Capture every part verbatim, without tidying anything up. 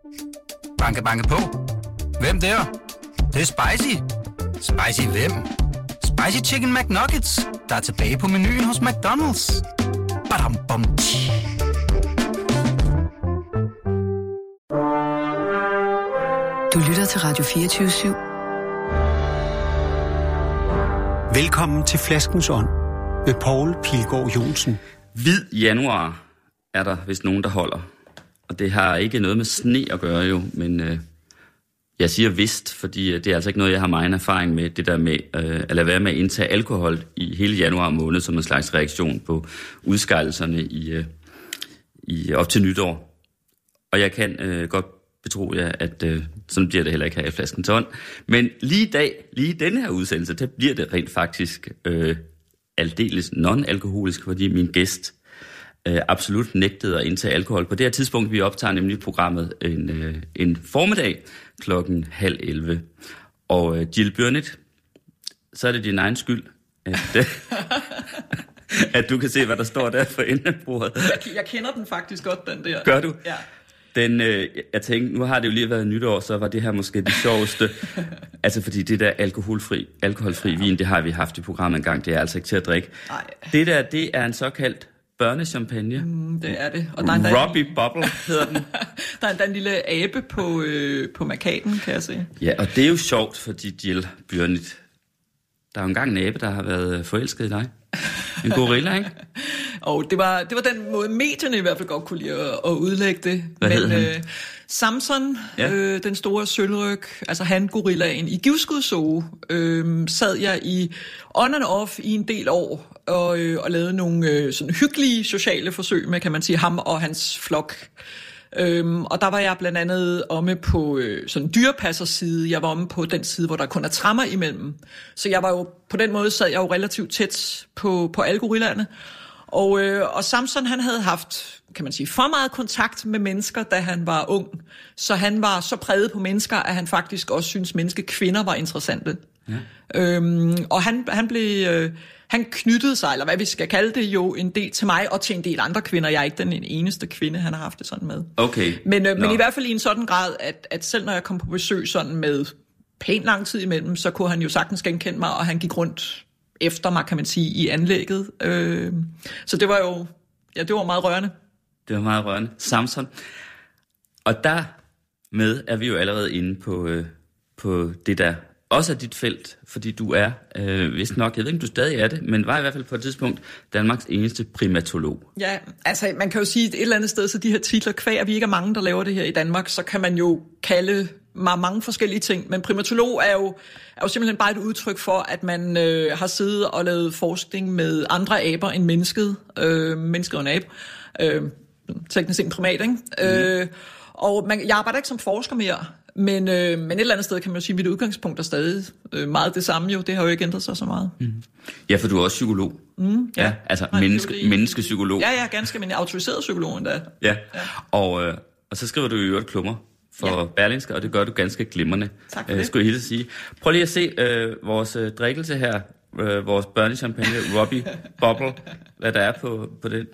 Banke, banke på. Hvem der? Det, det er spicy. Spicy hvem? Spicy Chicken McNuggets, der er tilbage på menuen hos McDonald's. Badum, bom, tji. Du lytter til Radio fireogtyve syv. Velkommen til Flaskens Ånd med Poul Pilgaard Johnsen. Hvid januar er der vist nogen, der holder. Og det har ikke noget med sne at gøre jo, men øh, jeg siger vist, fordi det er altså ikke noget, jeg har meget erfaring med, det der med øh, at lade være med at indtage alkohol i hele januar måned, som en slags reaktion på udskejelserne i, øh, i op til nytår. Og jeg kan øh, godt betro jer, at øh, sådan bliver det heller ikke her i Flaskens Ånd. Men lige i dag, lige i denne her udsendelse, der bliver det rent faktisk øh, aldeles non-alkoholisk, fordi min gæst øh, absolut nægtede at indtage alkohol. På det her tidspunkt, vi optager nemlig programmet en, øh, en formiddag klokken halv elleve. Og øh, Jill Bjørnit, så er det din egen skyld, at, øh, at du kan se, hvad der står der for enden af bordet. Jeg, jeg kender den faktisk godt, den der. Gør du? Ja. Den, øh, jeg tænkte, nu har det jo lige været nytår, så var det her måske det sjoveste. Altså, fordi det der alkoholfri, alkoholfri ja. vin, det har vi haft i programmet en gang. Det er altså ikke til at drikke. Nej. Det der, det er en såkaldt børnechampagne. Mm, det er det. Og der er Robbie en... Bubble hedder den. Der er endda en lille abe på, øh, på markaden, kan jeg se. Ja, og det er jo sjovt, fordi Jill Bjørnit, der er jo engang en abe, der har været forelsket i dig. En gorilla, ikke? Og det var, det var den måde, medierne i hvert fald godt kunne lide at, at udlægge det. Hvad Men hed han? øh, Samson, ja. øh, den store sølvryg, altså han gorillaen i Givskud Zoo, øh, sad jeg i on and off i en del år og, øh, og lavede nogle øh, sådan hyggelige sociale forsøg med, kan man sige, ham og hans flok. Øhm, og der var jeg blandt andet omme på øh, sådan dyrepasserside. Jeg var omme på den side, hvor der kun er tremmer imellem. Så jeg var jo, på den måde sad jeg jo relativt tæt på, på alle gorillaerne. Og, øh, og Samson, han havde haft, kan man sige, for meget kontakt med mennesker, da han var ung. Så han var så præget på mennesker, at han faktisk også syntes, menneske kvinder var interessante. Ja. Øhm, og han, han blev... Øh, Han knyttede sig, eller hvad vi skal kalde det, jo en del til mig, og til en del andre kvinder. Jeg er ikke den eneste kvinde, han har haft det sådan med. Okay. Men, øh, men no. i hvert fald i en sådan grad, at, at selv når jeg kom på besøg sådan med pænt lang tid imellem, så kunne han jo sagtens genkende mig, og han gik rundt efter mig, kan man sige, i anlægget. Øh, så det var jo, ja, det var meget rørende. Det var meget rørende. Samson. Og der med er vi jo allerede inde på, øh, på det der også af dit felt, fordi du er, øh, vist nok, jeg ved ikke, om du stadig er det, men var i hvert fald på et tidspunkt Danmarks eneste primatolog. Ja, altså man kan jo sige, at et eller andet sted, så de her titler, kvæg, at vi ikke er mange, der laver det her i Danmark, så kan man jo kalde mig mange forskellige ting. Men primatolog er jo, er jo simpelthen bare et udtryk for, at man øh, har siddet og lavet forskning med andre aber end mennesket. Øh, mennesket og en abe. Øh, teknisk en primat, ikke? Mm. Øh, og man, jeg arbejder ikke som forsker mere. Men, øh, men et eller andet sted kan man jo sige, at mit udgangspunkt er stadig øh, meget det samme jo. Det har jo ikke ændret sig så meget. Mm. Ja, for du er også psykolog. Mm, ja. ja, altså menneske, menneskepsykolog. Ja, ja, ganske, men autoriseret psykolog endda. Ja, ja. Og, øh, og så skriver du i øvrigt klummer for ja. Berlingske, og det gør du ganske glimrende. Tak for det. Øh, skulle jeg hilse sige. Prøv lige at se øh, vores øh, drikkelse her. Øh, vores børnechampagne, Robbie Bubble, hvad der er på, på den.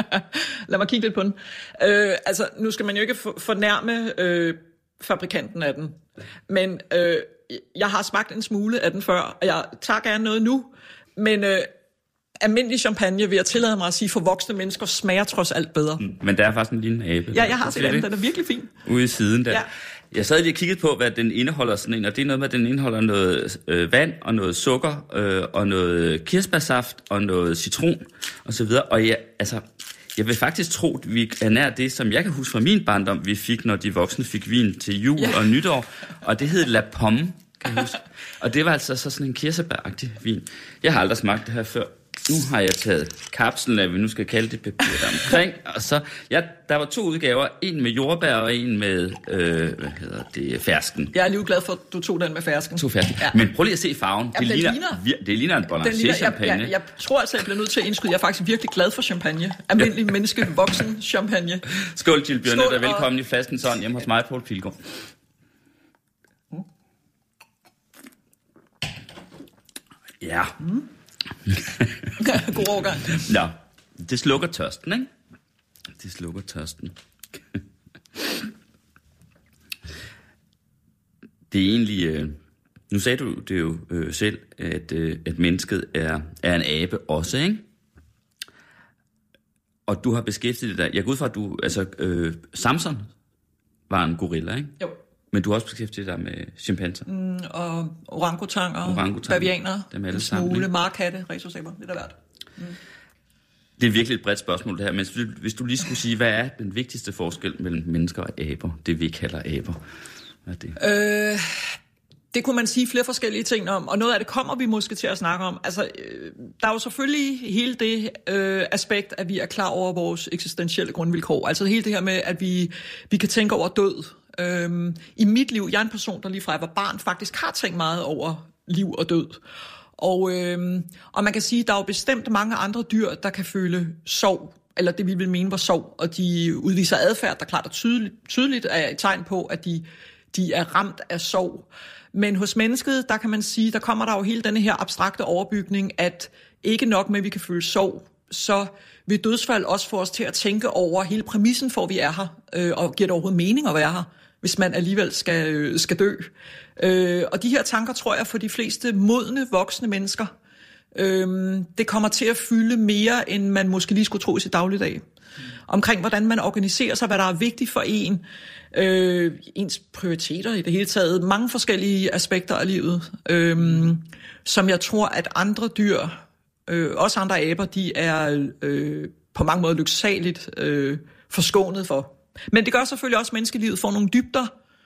Lad mig kigge lidt på den. Øh, altså, nu skal man jo ikke fornærme øh, fabrikanten af den, men øh, jeg har smagt en smule af den før, og jeg tager gerne noget nu, men øh, almindelig champagne, vil jeg tillade mig at sige, for voksne mennesker smager trods alt bedre. Mm, men der er faktisk en lille abe. Ja, jeg har set den, den er virkelig fin. Ude i siden der. Ja. Jeg sad lige og kiggede på, hvad den indeholder sådan en, og det er noget med, at den indeholder noget øh, vand, og noget sukker, øh, og noget kirsebærsaft, og noget citron, og så videre. Og jeg, altså, jeg vil faktisk tro, at vi er nær det, som jeg kan huske fra min barndom, vi fik, når de voksne fik vin til jul ja. og nytår, og det hed La Pomme, kan jeg huske. Og det var altså så sådan en kirsebæragtig vin. Jeg har aldrig smagt det her før. Nu har jeg taget kapslen af, vi nu skal kalde det papir der omkring, og så, ja, der var to udgaver, en med jordbær og en med, øh, hvad hedder det, fersken. Jeg er lige glad for, at du tog den med fersken. To fersken. Ja. Men prøv lige at se farven. Ja, det, det, ligner, ligner, vir, det ligner en Bonacieux-champagne. Jeg, jeg, jeg tror altså, jeg bliver nødt til at indskyde. Jeg er faktisk virkelig glad for champagne. Almindelig ja. menneske, voksen champagne. Skål, Jill Bjørnit, og velkommen i Flaskens Ånd hjemme hos mig, Poul Pilgaard. Mm. Ja. Mm. God overgang. Nå, det slukker tørsten, ikke? Det slukker tørsten. det er egentlig... Øh, nu sagde du det jo øh, selv, at, øh, at mennesket er, er en abe også, ikke? Og du har beskæftiget dig... Jeg går ud fra, at du... Altså, øh, Samson var en gorilla, ikke? Jo. Men du har også beskæftiget dig med chimpanser. Mm, og orangutanger, orangutanger bavianer, dem alle en sammen, smule, ikke? markatte, rhesusaber, lidt af hvert. Mm. Det er virkelig et bredt spørgsmål, det her. Men hvis du lige skulle sige, hvad er den vigtigste forskel mellem mennesker og aber? Det vi kalder aber. Hvad er det? Øh, det kunne man sige flere forskellige ting om, og noget af det kommer vi måske til at snakke om. Altså, øh, der er jo selvfølgelig hele det øh, aspekt, at vi er klar over vores eksistentielle grundvilkår. Altså hele det her med, at vi, vi kan tænke over død. Øhm, I mit liv, jeg er en person, der lige fra jeg var barn, faktisk har tænkt meget over liv og død. Og, øhm, og man kan sige, at der er jo bestemt mange andre dyr, der kan føle sorg, eller det vi vil mene var sorg, og de udviser adfærd, der klart og tydeligt, tydeligt er et tegn på, at de, de er ramt af sorg. Men hos mennesket, der kan man sige, der kommer der jo hele denne her abstrakte overbygning, at ikke nok med, at vi kan føle sorg, så vil dødsfald også få os til at tænke over hele præmissen for, at vi er her, øh, og giver det overhovedet mening at være her, hvis man alligevel skal, øh, skal dø. Øh, og de her tanker, tror jeg, for de fleste modne, voksne mennesker, øh, det kommer til at fylde mere, end man måske lige skulle tro i sit dagligdag. Mm. Omkring, hvordan man organiserer sig, hvad der er vigtigt for en, øh, ens prioriteter i det hele taget, mange forskellige aspekter af livet, øh, som jeg tror, at andre dyr, øh, også andre aber, de er øh, på mange måder lyksaligt øh, forskånet for. Men det gør selvfølgelig også, at menneskelivet får nogle dybder,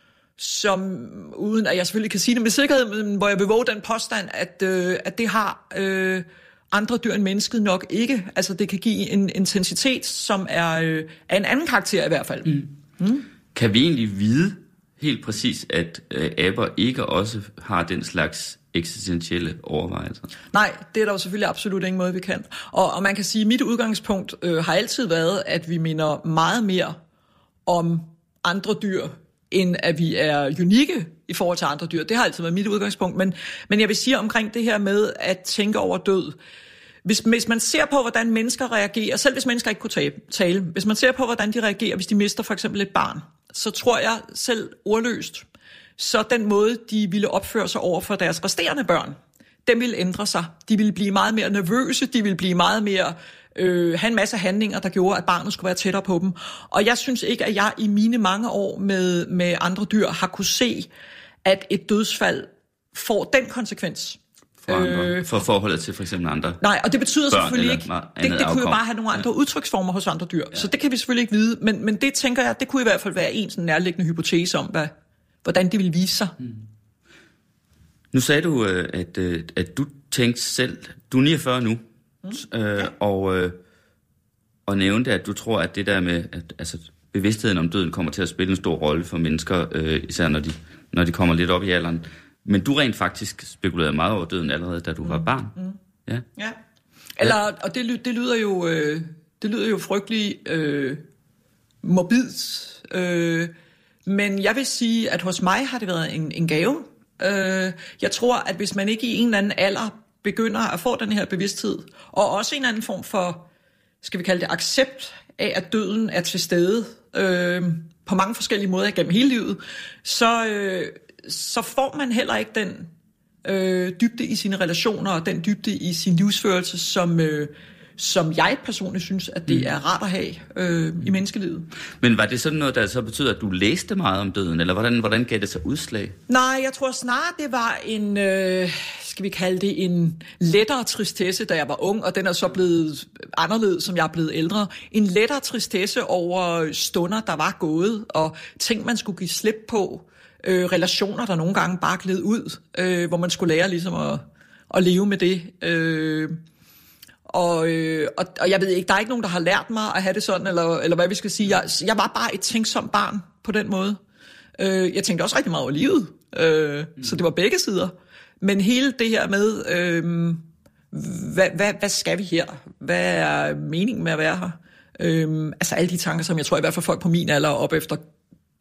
som, uden at jeg selvfølgelig kan sige det med sikkerhed, men hvor jeg vil våge den påstand, at, øh, at det har øh, andre dyr end mennesket nok ikke. Altså det kan give en intensitet, som er øh, af en anden karakter i hvert fald. Mm. Mm. Kan vi egentlig vide helt præcis, at øh, aber ikke også har den slags eksistentielle overvejelser? Nej, det er der jo selvfølgelig absolut ingen måde, vi kan. Og, og man kan sige, at mit udgangspunkt øh, har altid været, at vi minder meget mere om andre dyr, end at vi er unikke i forhold til andre dyr. Det har altid været mit udgangspunkt. Men, men jeg vil sige omkring det her med at tænke over død. Hvis, hvis man ser på, hvordan mennesker reagerer, selv hvis mennesker ikke kunne tale, hvis man ser på, hvordan de reagerer, hvis de mister for eksempel et barn, så tror jeg selv ordløst, så den måde, de ville opføre sig over for deres resterende børn, den ville ændre sig. De ville blive meget mere nervøse, de ville blive meget mere... Øh, have en masse handlinger, der gjorde, at barnet skulle være tættere på dem. Og jeg synes ikke, at jeg i mine mange år med, med andre dyr har kunne se, at et dødsfald får den konsekvens. For, andre, øh, for forholdet til for eksempel andre. Nej, og det betyder selvfølgelig ikke... Eller, det, det kunne jo bare have nogle andre ja. udtryksformer hos andre dyr. Ja. Så det kan vi selvfølgelig ikke vide. Men, men det tænker jeg, det kunne i hvert fald være en sådan nærliggende hypotese om, hvad, hvordan det ville vise sig. Hmm. Nu sagde du, at, at du tænkte selv... Du er niogfyrre nu. Mm. Øh, og, øh, og nævnte, at du tror, at det der med, at altså, bevidstheden om døden kommer til at spille en stor rolle for mennesker, øh, især når de, når de kommer lidt op i alderen. Men du rent faktisk spekulerede meget over døden allerede, da du mm. var barn. Mm. Ja. ja. Eller, og det, det, lyder jo, øh, det lyder jo frygtelig øh, morbidt. Øh, men jeg vil sige, at hos mig har det været en, en gave. Øh, jeg tror, at hvis man ikke i en eller anden alder begynder at få den her bevidsthed, og også en anden form for, skal vi kalde det, accept af, at døden er til stede øh, på mange forskellige måder gennem hele livet, så, øh, så får man heller ikke den øh, dybde i sine relationer, og den dybde i sin livsførelse, som, øh, som jeg personligt synes, at det er rart at have øh, i menneskelivet. Men var det sådan noget, der så betyder, at du læste meget om døden, eller hvordan, hvordan gav det sig udslag? Nej, jeg tror snarere, det var en... Øh, skal vi kalde det en lettere tristesse, da jeg var ung, og den er så blevet anderledes, som jeg er blevet ældre. En lettere tristesse over stunder, der var gået, og ting, man skulle give slip på, øh, relationer, der nogle gange bare gled ud, øh, hvor man skulle lære ligesom at, at leve med det. Øh, og, øh, og, og jeg ved ikke, der er ikke nogen, der har lært mig at have det sådan, eller, eller hvad vi skal sige. Jeg, jeg var bare et tænksomt barn på den måde. Øh, jeg tænkte også rigtig meget over livet, øh, mm. så det var begge sider. Men hele det her med, øh, hvad, hvad, hvad skal vi her? Hvad er meningen med at være her? Øh, altså alle de tanker, som jeg tror i hvert fald folk på min alder op efter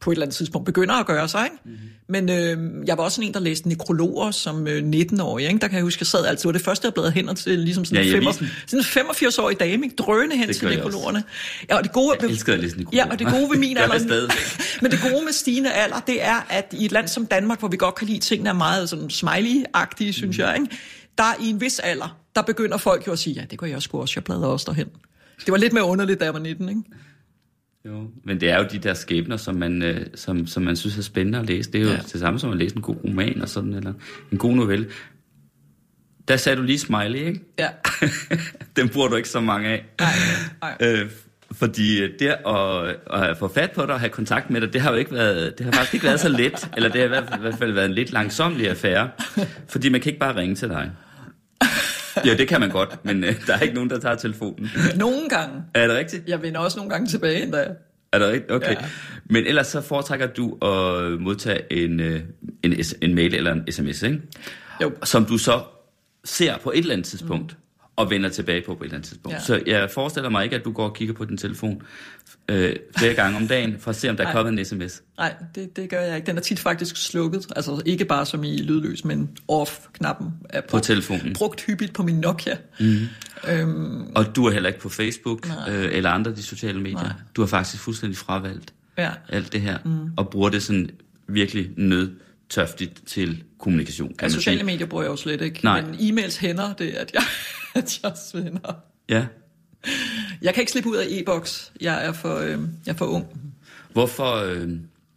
på et eller andet tidspunkt begynder at gøre sig, ikke? Mm-hmm. Men øh, jeg var også en, der læste nekrologer som øh, nitten-årig, ikke? Der kan jeg huske, jeg sad altid, det var det første, jeg bladrede hen til, ligesom sådan, ja, en, sådan en femogfirs-årig dame, ikke? Drønende hen det til nekrologerne. Ja, og det gode, jeg elsker at læse nekrologer. Ja, og det gode ved min alder, men det gode med stigende alder, det er, at i et land som Danmark, hvor vi godt kan lide tingene er meget sådan smiley-agtige, synes mm. jeg, ikke? Der i en vis alder, der begynder folk jo at sige, ja, det gør jeg sgu også, jeg bladrer også derhen. Det var lidt mere underligt, da jeg var nitten, ikke? Jo, men det er jo de der skæbner, som man, øh, som, som man synes er spændende at læse. Det er jo ja. det samme som at læse en god roman og sådan, eller en god novelle. Der sagde du lige smiley, ikke? Ja. Den bruger du ikke så mange af. Nej, nej. Øh, fordi det at, at få fat på dig og have kontakt med dig, det har jo ikke været, det har faktisk ikke været så let, eller det har i hvert fald været en lidt langsomlig affære, fordi man kan ikke bare ringe til dig. Ja, det kan man godt, men øh, der er ikke nogen, der tager telefonen. Nogle gange. Er det rigtigt? Jeg vender også nogle gange tilbage endda. Er det rigtigt? Okay. Ja. Men ellers så foretrækker du at modtage en, en, en mail eller en sms, ikke? Jo. Som du så ser på et eller andet tidspunkt, mm. og vender tilbage på på et eller andet tidspunkt. Ja. Så jeg forestiller mig ikke, at du går og kigger på din telefon øh, flere gange om dagen, for at se, om der er kommet en sms. Nej, det, det gør jeg ikke. Den er tit faktisk slukket. Altså ikke bare som i lydløs, men off-knappen er på, på telefonen. Brugt hyppigt på min Nokia. Mm. Øhm, og du er heller ikke på Facebook øh, eller andre de sociale medier. Nej. Du har faktisk fuldstændig fravalgt ja. alt det her, mm. og bruger det sådan virkelig nødtørftigt til kommunikation. Ja, sociale sige. medier bruger jeg jo slet ikke. Nej. Men e-mails hænder det, at jeg, at jeg svinder. Ja. Jeg kan ikke slippe ud af e-boks. Jeg er for, øh, jeg er for ung. Hvorfor, øh,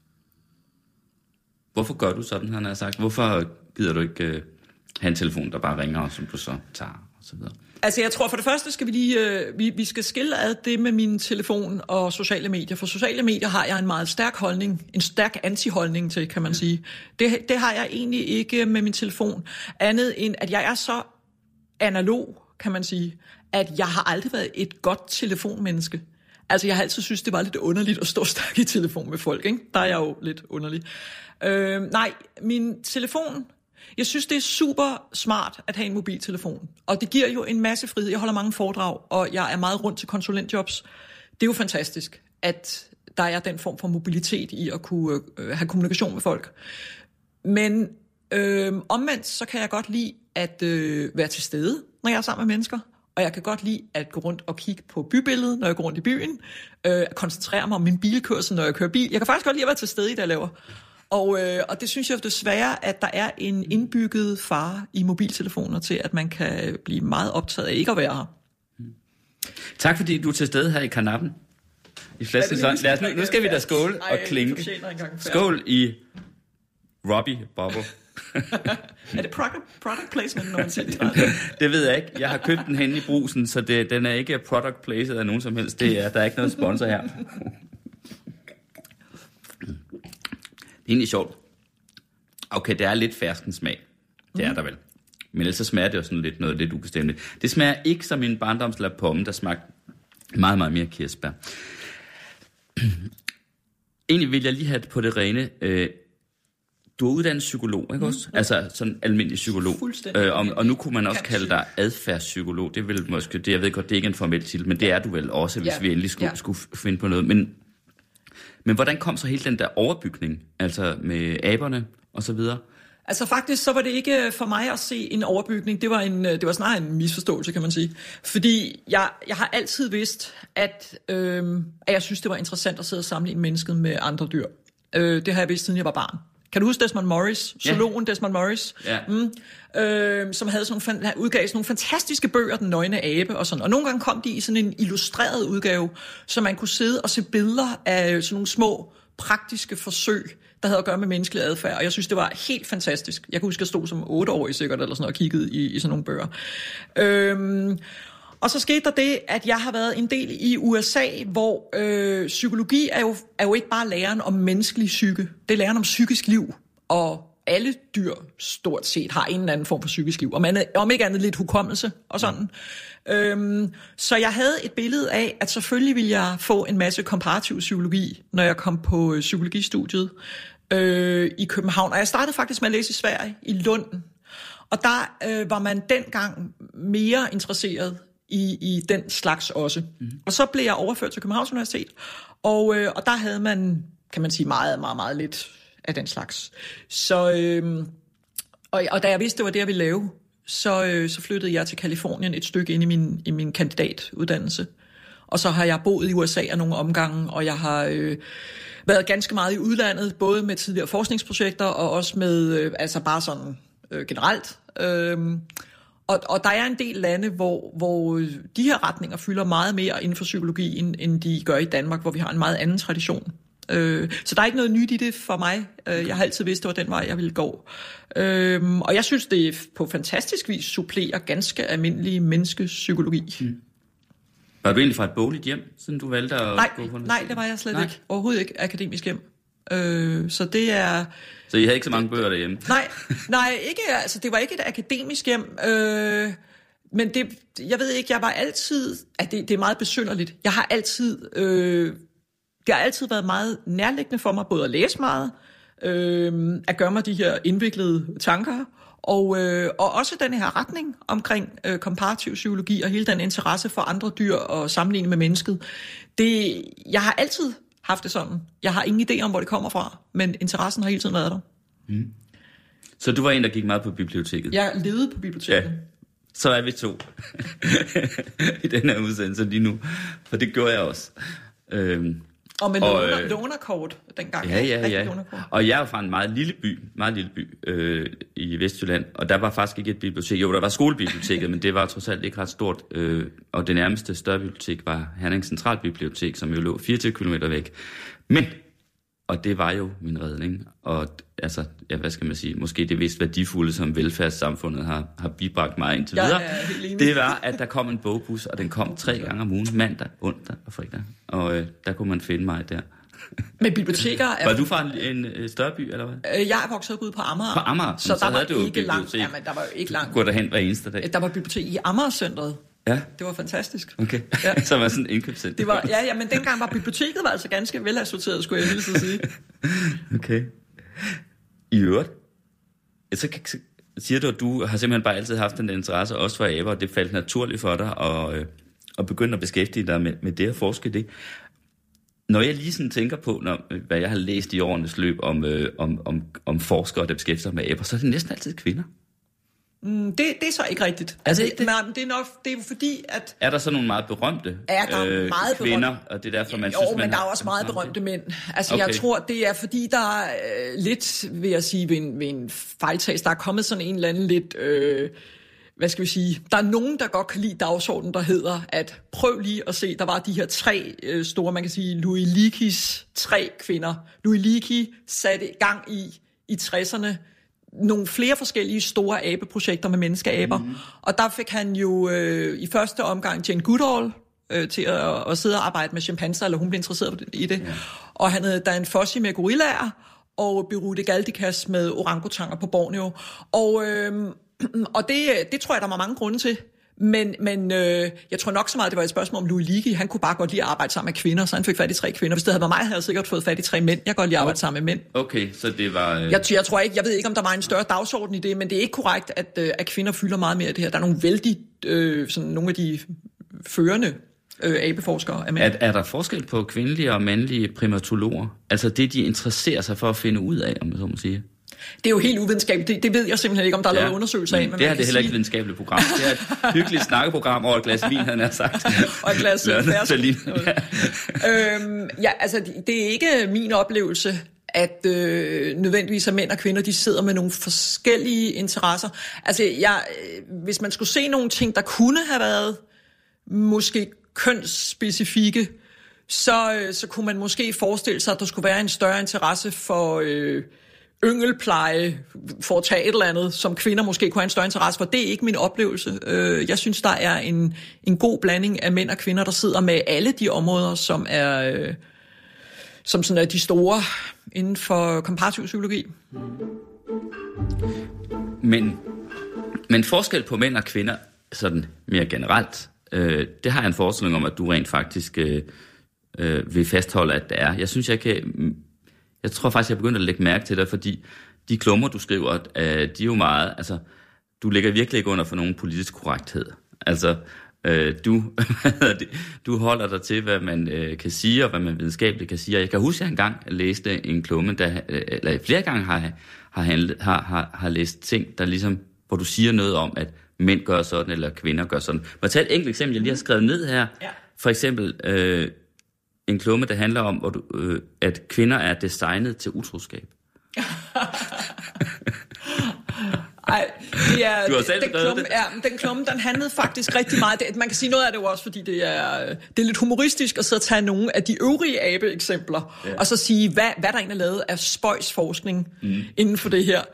hvorfor gør du sådan, han har sagt? Hvorfor gider du ikke øh, have en telefon, der bare ringer, og som du så tager, og så videre? Altså, jeg tror for det første skal vi lige, øh, vi, vi skal skille ad det med min telefon og sociale medier. For sociale medier har jeg en meget stærk holdning, en stærk anti-holdning til, kan man sige. Det, det har jeg egentlig ikke med min telefon. Andet end, at jeg er så analog, kan man sige, at jeg har aldrig været et godt telefonmenneske. Altså, jeg har altid synes det var lidt underligt at stå stærk i telefon med folk, ikke? Der er jeg jo lidt underlig. Øh, nej, min telefon... Jeg synes, det er super smart at have en mobiltelefon, og det giver jo en masse frihed. Jeg holder mange foredrag, og jeg er meget rundt til konsulentjobs. Det er jo fantastisk, at der er den form for mobilitet i at kunne øh, have kommunikation med folk. Men øh, omvendt, så kan jeg godt lide at øh, være til stede, når jeg er sammen med mennesker. Og jeg kan godt lide at gå rundt og kigge på bybilledet, når jeg går rundt i byen. Øh, koncentrere mig om min bilkørsel, når jeg kører bil. Jeg kan faktisk godt lide at være til stede i det, jeg laver. Og, øh, og det synes jeg desværre, at der er en indbygget fare i mobiltelefoner til, at man kan blive meget optaget af ikke at være her. Tak fordi du er til stede her i Karnappen. I flasken. Ja, Lad os, nu, nu skal vi da skåle og klinke. Skål i Robbie Bubble. Er det product, product placement, når man siger det? Det ved jeg ikke. Jeg har købt den hen i Brugsen, så det, den er ikke product placed af nogen som helst. Det er, der er ikke noget sponsor her. Det er egentlig sjovt. Okay, det er lidt ferskens smag. Det er der vel. Men ellers så smager det jo sådan lidt noget lidt ubestemmeligt. Det smager ikke som en barndomslap pomme, der smagte meget, meget mere kirsebær. Egentlig vil jeg lige have det på det rene. Du er uddannet psykolog, ikke også? Mm. Altså sådan almindelig psykolog. Fuldstændig. Øh, og, og nu kunne man også kalde dig adfærdspsykolog. Det vil måske, det, jeg ved godt, det er ikke en formel titel, men det er du vel også, hvis ja. vi endelig skulle, ja. skulle finde på noget. Men Men hvordan kom så hele den der overbygning, altså med aberne og så videre? Altså faktisk, så var det ikke for mig at se en overbygning. Det var, en, det var snarere en misforståelse, kan man sige. Fordi jeg, jeg har altid vidst, at, øh, at jeg synes, det var interessant at sidde og sammenligne mennesket med andre dyr. Øh, det har jeg vidst, siden jeg var barn. Kan du huske Desmond Morris? Zoologen ja. Desmond Morris? Ja. Mm, øh, som havde sådan nogle, udgav sådan nogle fantastiske bøger, Den nøgne abe og sådan. Og nogle gange kom de i sådan en illustreret udgave, så man kunne sidde og se billeder af sådan nogle små praktiske forsøg, der havde at gøre med menneskelig adfærd. Og jeg synes, det var helt fantastisk. Jeg kan huske, at jeg stod som otteårig sikkert eller sådan noget, og kiggede i, i sådan nogle bøger. Øhm, Og så skete der det, at jeg har været en del i U S A, hvor øh, psykologi er jo, er jo ikke bare læren om menneskelig psyke. Det er læren om psykisk liv. Og alle dyr stort set har en eller anden form for psykisk liv. Og man, om ikke andet lidt hukommelse og sådan. Øhm, så jeg havde et billede af, at selvfølgelig ville jeg få en masse komparativ psykologi, når jeg kom på øh, psykologistudiet øh, i København. Og jeg startede faktisk med at læse i Sverige, i Lund. Og der øh, var man dengang mere interesseret i, i den slags også. Mm. Og så blev jeg overført til Københavns Universitet, og, øh, og der havde man kan man sige, meget, meget, meget lidt af den slags. Så, øh, og, og da jeg vidste, det var det, jeg ville lave, så, øh, så flyttede jeg til Californien et stykke ind i min, i min kandidatuddannelse. Og så har jeg boet i U S A af nogle omgange, og jeg har øh, været ganske meget i udlandet, både med tidligere forskningsprojekter, og også med, øh, altså bare sådan øh, generelt. Øh, og, og der er en del lande, hvor, hvor de her retninger fylder meget mere inden for psykologien, end de gør i Danmark, hvor vi har en meget anden tradition. Øh, så der er ikke noget nyt i det for mig. Øh, jeg har altid vidst, det var den vej, jeg ville gå. Øh, og jeg synes, det på fantastisk vis supplerer ganske almindelig menneskepsykologi. Mm. Var du egentlig fra et bogligt hjem, siden du valgte at nej, gå på universitetet? Nej, det var jeg slet nej. ikke. Overhovedet ikke akademisk hjem. Øh, så det er... Så I havde ikke så mange bøger derhjemme? Nej, nej ikke, altså, det var ikke et akademisk hjem. Øh, men det, jeg ved ikke, jeg var altid... At det, det er meget besynderligt. Jeg har altid... Øh, det har altid været meget nærliggende for mig, både at læse meget, øh, at gøre mig de her indviklede tanker, Og, øh, og også den her retning omkring øh, komparativ psykologi og hele den interesse for andre dyr og sammenligne med mennesket. Det, jeg har altid haft det sådan. Jeg har ingen idé om, hvor det kommer fra, men interessen har hele tiden været der. Mm. Så du var en, der gik meget på biblioteket? Jeg levede på biblioteket. Ja. Så er vi to i den her udsendelse lige nu, for det gjorde jeg også. Øhm. Og med låner, øh, lånerkort dengang. Ja, ja, ja. Og jeg er fra en meget lille by, meget lille by øh, i Vestjylland, og der var faktisk ikke et bibliotek. Jo, der var skolebiblioteket, men det var trods alt ikke ret stort. Øh, og det nærmeste større bibliotek var Herning Centralbibliotek, som jo lå fireogtyve kilometer væk. Men, og det var jo min redning, og altså, ja, hvad skal man sige, måske det mest værdifulde, som velfærdssamfundet har, har bibragt mig indtil videre, ja, ja, det var, at der kom en bogbus, og den kom tre gange om ugen, mandag, onsdag og fredag. Og øh, der kunne man finde mig der. Men biblioteker er... Var du fra en, en større by, eller hvad? Jeg er vokset op ude på Amager. På Amager? Så, så der var ikke langt. Ja, men der var jo ikke langt. Gå derhen hver eneste dag. Der var bibliotek i Amagercentret. Ja. Det var fantastisk. Okay, ja. Så var sådan en indkøbscenter. Det var, ja, ja, men dengang var biblioteket var altså ganske velassorteret, skulle jeg lige sige. Okay. I øvrigt, så siger du, at du har simpelthen bare altid haft den interesse, også for aber, og det faldt naturligt for dig at, at begynde at beskæftige dig med, med det og forske det. Når jeg lige sådan tænker på, når, hvad jeg har læst i årenes løb om, øh, om, om, om forskere, der beskæftiger sig med aber, så er det næsten altid kvinder. Mm, det, det er så ikke rigtigt. Altså, det, det? Men det er nok, det er jo fordi, at... Er der så nogle meget berømte er der øh, meget kvinder, berømte? Og det er derfor, man jo, synes, men man der er også meget berømte mænd. Altså, okay. Jeg tror, det er fordi, der er øh, lidt, vil jeg sige, ved en, ved en fejltags, der er kommet sådan en eller anden lidt... Øh, hvad skal vi sige? Der er nogen, der godt kan lide dagsordenen, der hedder, at prøv lige at se, der var de her tre øh, store, man kan sige, Louis Leakeys tre kvinder. Louis Leakey satte gang i, i tresserne, nogle flere forskellige store abeprojekter med menneskeaber. Mm. Og der fik han jo øh, i første omgang Jane Goodall øh, til at, at sidde og arbejde med chimpanser, eller hun blev interesseret i det. Ja. Og han havde Dan Fossey med gorillaer, og Birute Galdikas med orangutanger på Borneo. Og, øh, og det, det tror jeg, der var mange grunde til. Men, men øh, jeg tror nok så meget, det var et spørgsmål om Louis Leakey. Han kunne bare godt lide at arbejde sammen med kvinder, så han fik fat i tre kvinder. Hvis det havde været mig, havde jeg sikkert fået fat i tre mænd. Jeg kan godt lide at arbejde sammen med mænd. Okay, så det var... Øh... Jeg, jeg tror ikke, jeg ved ikke, om der var en større dagsorden i det, men det er ikke korrekt, at, øh, at kvinder fylder meget mere af det her. Der er nogle vældig, øh, sådan nogle af de førende øh, abeforskere af mænd. Er, er der forskel på kvindelige og mandlige primatologer? Altså det, de interesserer sig for at finde ud af, om så må sige? Det er jo helt uvidenskabeligt. Det, det ved jeg simpelthen ikke, om der er ja, lavet undersøgelser af. Men det er det heller ikke et videnskabeligt program. Det er et hyggeligt snakkeprogram over et glas vin, han har sagt. Og et glas færdsvin. Ja. øhm, ja, altså det er ikke min oplevelse, at øh, nødvendigvis at mænd og kvinder, de sidder med nogle forskellige interesser. Altså, jeg, hvis man skulle se nogle ting, der kunne have været måske kønsspecifikke, så, så kunne man måske forestille sig, at der skulle være en større interesse for... Øh, yngelpleje, for at tage et eller andet, som kvinder måske kunne have en større interesse for. Det er ikke min oplevelse. Jeg synes, der er en, en god blanding af mænd og kvinder, der sidder med alle de områder, som er, som sådan er de store inden for komparativ psykologi. Men, men forskel på mænd og kvinder, sådan mere generelt, øh, det har jeg en forestilling om, at du rent faktisk øh, øh, vil fastholde, at det er. Jeg synes, jeg kan... Jeg tror faktisk, jeg er begyndt at lægge mærke til dig, fordi de klummer, du skriver, de er jo meget... Altså, du lægger virkelig ikke under for nogen politisk korrekthed. Altså, Øh, du, du holder dig til, hvad man øh, kan sige, og hvad man videnskabeligt kan sige. Og jeg kan huske, at jeg engang læste en klumme, der, eller flere gange har, har, har, har, har læst ting, der ligesom, hvor du siger noget om, at mænd gør sådan, eller kvinder gør sådan. Må jeg tage et enkelt eksempel, jeg lige har skrevet ned her. Ja. For eksempel øh, en klumme, der handler om, hvor du, øh, at kvinder er designet til utroskab. Ej, det er, du har selv den, klumme, ja, den klumme, den handlede faktisk rigtig meget. Det, man kan sige noget af det jo også, fordi det er, det er lidt humoristisk at sidde og tage nogle af de øvrige abe-eksempler, ja. Og så sige, hvad, hvad der egentlig er lavet af spøjsforskning mm. inden for det her.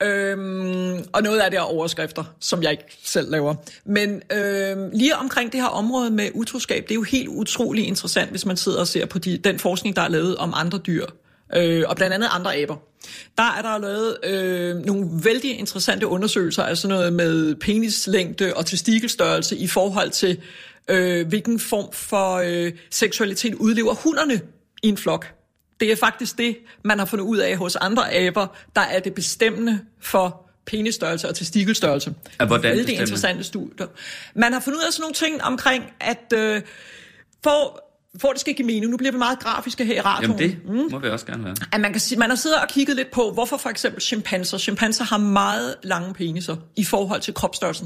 Øhm, og noget af det er overskrifter, som jeg ikke selv laver. Men øhm, lige omkring det her område med utroskab, det er jo helt utrolig interessant, hvis man sidder og ser på de, den forskning, der er lavet om andre dyr. Øh, og blandt andet andre aber. Der er der lavet øh, nogle vældig interessante undersøgelser, altså noget med penislængde og testikkelstørrelse i forhold til, øh, hvilken form for øh, seksualitet udlever hunderne i en flok. Det er faktisk det, man har fundet ud af hos andre aber, der er det bestemmende for penisstørrelse og testikkelstørrelse. Vældig interessante studier. Man har fundet ud af sådan nogle ting omkring, at øh, for... For det skal give mening. Nu bliver vi meget grafiske her i radioen. Jamen det mm. må vi også gerne være. At man, kan sige, man har siddet og kigget lidt på, hvorfor for eksempel chimpanser. Chimpanser har meget lange peniser i forhold til kropsstørrelsen.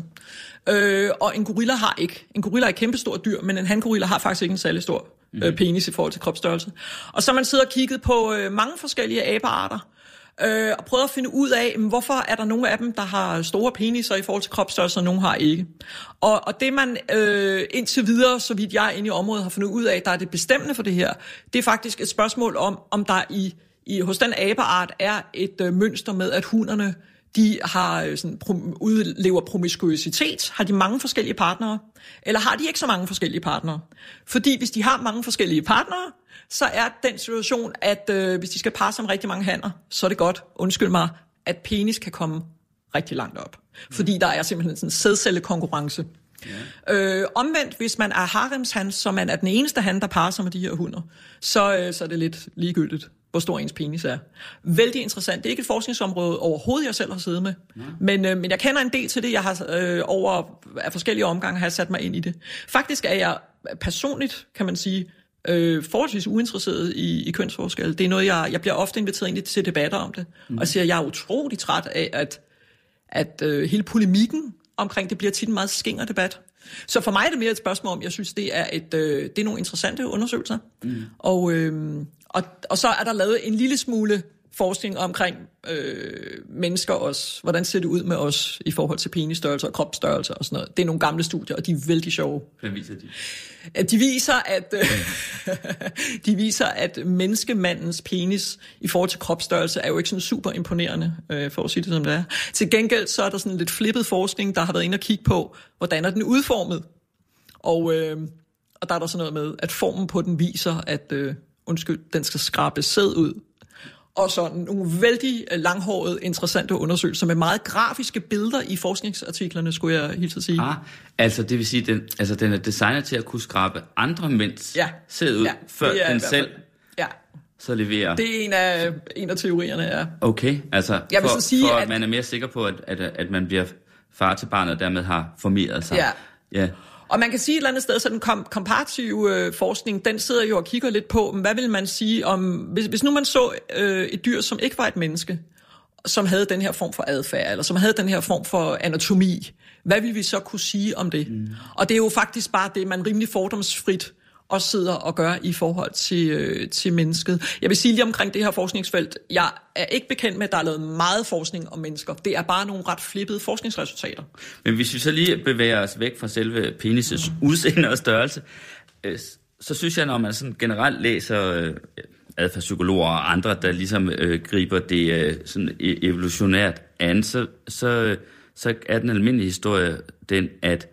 Øh, og en gorilla har ikke. En gorilla er et kæmpestort dyr, men en hangorilla har faktisk ikke en særlig stor mm. øh, penis i forhold til kropsstørrelse. Og så har man siddet og kigget på øh, mange forskellige abearter. Øh, og prøvet at finde ud af, hvorfor er der nogle af dem, der har store peniser i forhold til kropsstørrelse, og nogle har ikke. Og, og det man øh, indtil videre, så vidt jeg inde i området har fundet ud af, der er det bestemmende for det her, det er faktisk et spørgsmål om, om der i, i hos den abeart er et øh, mønster med, at hunderne de har øh, sådan, prom, udlever promiskuitet. Har de mange forskellige partnere? Eller har de ikke så mange forskellige partnere? Fordi hvis de har mange forskellige partnere, så er den situation, at øh, hvis de skal parre sig med rigtig mange hanner, så er det godt, undskyld mig, at penis kan komme rigtig langt op. Fordi der er simpelthen sådan en sædcellekonkurrence. Yeah. Øh, omvendt, hvis man er haremshan, så man er den eneste han, der parrer sig med de her hunder, så, øh, så er det lidt ligegyldigt, hvor stor ens penis er. Vældig interessant. Det er ikke et forskningsområde overhovedet, jeg selv har siddet med. Yeah. Men, øh, men jeg kender en del til det. Jeg har øh, over af forskellige omgange har jeg sat mig ind i det. Faktisk er jeg personligt, kan man sige, Øh, forholdsvis uinteresseret i, i kønsforskel. Det er noget, jeg, jeg bliver ofte inviteret ind til debatter om det, mm. og siger, at jeg er utrolig træt af, at, at øh, hele polemikken omkring det bliver tit en meget skinger debat. Så for mig er det mere et spørgsmål om, jeg synes, det er, et, øh, det er nogle interessante undersøgelser. Mm. Og, øh, og, og så er der lavet en lille smule forskning omkring øh, mennesker også. Hvordan ser det ud med os i forhold til penisstørrelse og kropsstørrelse og sådan noget. Det er nogle gamle studier, og de er vældig sjove. Hvad viser de? De viser, at, øh, de viser, at menneskemandens penis i forhold til kropsstørrelse er jo ikke sådan super imponerende, øh, for at sige det som det er. Til gengæld så er der sådan lidt flippet forskning, der har været inde og kigge på, hvordan er den udformet. Og, øh, og der er der sådan noget med, at formen på den viser, at øh, undskyld, den skal skrabe sæd ud. Og så nogle vældig langhårede, interessante undersøgelser med meget grafiske billeder i forskningsartiklerne, skulle jeg helt sige. Ah, altså det vil sige, den, altså den er designet til at kunne skrabe andre mænds ja. sæd ud, ja, før den selv ja. så leverer. Det er en af, en af teorierne, ja. Okay, altså jeg vil for, så sige, for at, at man er mere sikker på, at, at, at man bliver far til barnet, og dermed har formeret sig. Ja. Ja. Og man kan sige et eller andet sted, så den kom, komparative øh, forskning, den sidder jo og kigger lidt på, hvad vil man sige om, hvis, hvis nu man så øh, et dyr, som ikke var et menneske, som havde den her form for adfærd, eller som havde den her form for anatomi, hvad vil vi så kunne sige om det? Mm. Og det er jo faktisk bare det, man rimelig fordomsfrit også sidder og gør i forhold til, øh, til mennesket. Jeg vil sige lige omkring det her forskningsfelt, jeg er ikke bekendt med, at der er lavet meget forskning om mennesker. Det er bare nogle ret flippede forskningsresultater. Men hvis vi så lige bevæger os væk fra selve penis' mm. udseende og størrelse, øh, så synes jeg, når man sådan generelt læser øh, adfærdspsykologer og andre, der ligesom øh, griber det øh, sådan evolutionært an, så, så, så er den almindelige historie den, at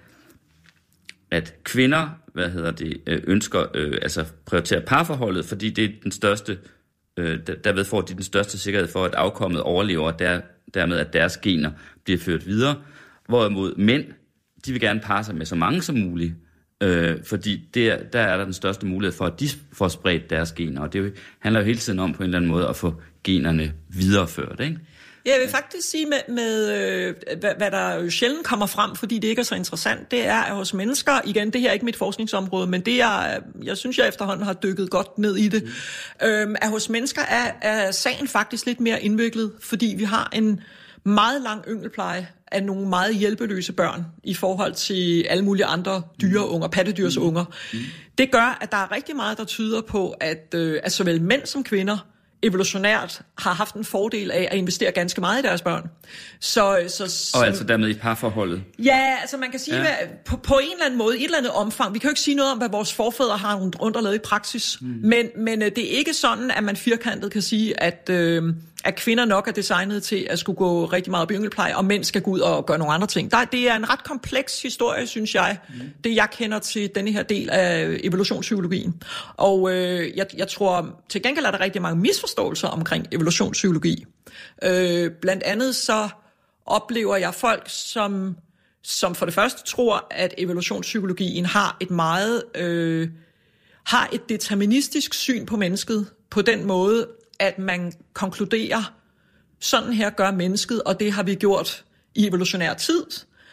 at kvinder, hvad hedder det, ønsker, øh, altså prioritere parforholdet, fordi det er den største, øh, derved får de den største sikkerhed for, at afkommet overlever, og der, dermed at deres gener bliver ført videre. Hvorimod mænd, de vil gerne parre sig med så mange som muligt, øh, fordi der, der er der den største mulighed for, at de får spredt deres gener, og det handler jo hele tiden om på en eller anden måde at få generne videreført, ikke? Jeg vil faktisk sige med, med øh, hvad, hvad der sjældent kommer frem, fordi det ikke er så interessant, det er, at hos mennesker, igen, det her er ikke mit forskningsområde, men det er, jeg synes, jeg efterhånden har dykket godt ned i det, mm. øhm, at hos mennesker er, er sagen faktisk lidt mere indviklet, fordi vi har en meget lang yngelpleje af nogle meget hjælpeløse børn i forhold til alle mulige andre dyreunger, pattedyrsunger. Mm. Det gør, at der er rigtig meget, der tyder på, at, øh, at såvel mænd som kvinder evolutionært har haft en fordel af at investere ganske meget i deres børn. Så, så, så, og altså dermed i parforholdet? Ja, altså man kan sige, ja. Hvad, på, på en eller anden måde, i et eller andet omfang, vi kan jo ikke sige noget om, hvad vores forfædre har rundt og lavet i praksis, mm. men, men det er ikke sådan, at man firkantet kan sige, at, øh, at kvinder nok er designet til at skulle gå rigtig meget op i yngelpleje, og mænd skal gå ud og gøre nogle andre ting. Der, det er en ret kompleks historie, synes jeg, mm. det jeg kender til denne her del af evolutionspsykologien. Og øh, jeg, jeg tror, til gengæld er der rigtig mange misforståelser omkring evolutionspsykologi. Øh, blandt andet så oplever jeg folk, som, som for det første tror, at evolutionspsykologien har et meget øh, har et deterministisk syn på mennesket, på den måde, at man konkluderer, sådan her gør mennesket, og det har vi gjort i evolutionær tid.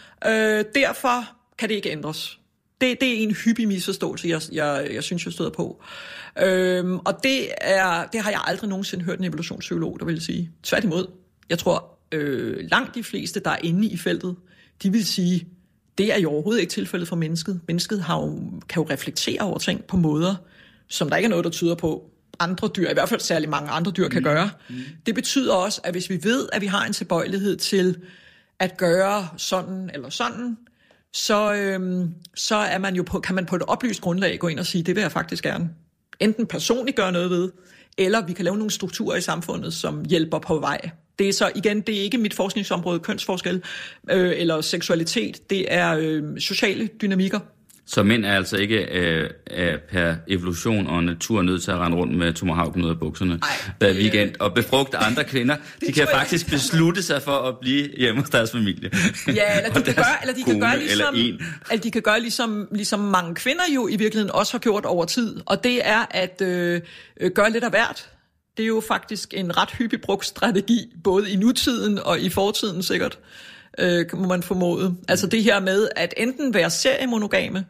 Øh, derfor kan det ikke ændres. Det, det er en hyppig misforståelse, jeg, jeg, jeg synes, jeg støder på. Øhm, og det, er, det har jeg aldrig nogensinde hørt en evolutionspsykolog, der vil sige. Tværtimod. Jeg tror, øh, langt de fleste, der er inde i feltet, de vil sige, det er jo overhovedet ikke tilfældet for mennesket. Mennesket har jo, kan jo reflektere over ting på måder, som der ikke er noget, der tyder på, andre dyr, i hvert fald særlig mange andre dyr, kan gøre. Mm. Det betyder også, at hvis vi ved, at vi har en tilbøjelighed til at gøre sådan eller sådan, så, øhm, så er man jo på, kan man på et oplyst grundlag gå ind og sige, det vil jeg faktisk gerne enten personligt gøre noget ved, eller vi kan lave nogle strukturer i samfundet, som hjælper på vej. Det er så igen, det er ikke mit forskningsområde, kønsforskel øh, eller seksualitet, det er øh, sociale dynamikker. Så mænd er altså ikke øh, er per evolution og natur nødt til at rende rundt med tomahawken ud af bukserne hver weekend og befrugte andre kvinder. De kan faktisk ikke. beslutte sig for at blive hjemme hos deres familie. Ja, eller de kan gøre, eller de kan gøre ligesom, eller, eller de kan gøre ligesom, ligesom mange kvinder jo i virkeligheden også har gjort over tid. Og det er at øh, gøre lidt af hvert. Det er jo faktisk en ret hyppig brugt strategi, både i nutiden og i fortiden sikkert, øh, må man formode. Altså det her med at enten være seriemonogame,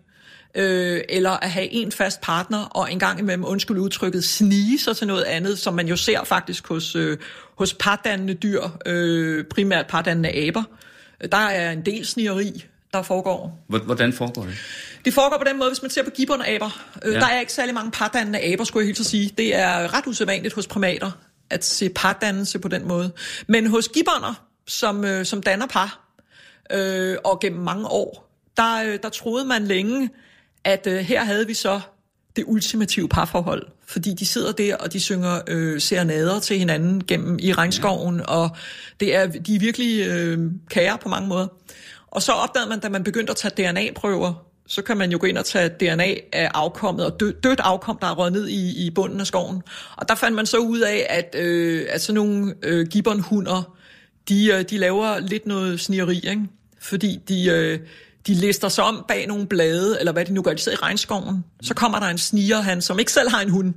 Øh, eller at have en fast partner, og en gang imellem, undskyld udtrykket, snige sig til noget andet, som man jo ser faktisk hos, øh, hos pardannende dyr, øh, primært pardannende aber. Der er en del snigeri, der foregår. Hvordan foregår det? Det foregår på den måde, hvis man ser på gibbonaber. Øh, ja. Der er ikke særlig mange pardannende aber, skulle jeg helt så sige. Det er ret usædvanligt hos primater, at se pardannelse på den måde. Men hos gibboner, som, øh, som danner par, øh, og gennem mange år, der, øh, der troede man længe, at øh, her havde vi så det ultimative parforhold, fordi de sidder der, og de synger øh, serenader til hinanden gennem i regnskoven, ja. Og det er, de er virkelig øh, kære på mange måder. Og så opdagede man, da man begyndte at tage D N A-prøver, så kan man jo gå ind og tage D N A af afkommet, og dø, dødt afkom, der er røget ned i, i bunden af skoven. Og der fandt man så ud af, at, øh, at sådan nogle øh, gibbonhunder, de, de laver lidt noget snigeri, ikke? Fordi de... Øh, De lister sig om bag nogle blade, eller hvad de nu gør, de sidder i regnskoven. Så kommer der en sniger, han, som ikke selv har en hund.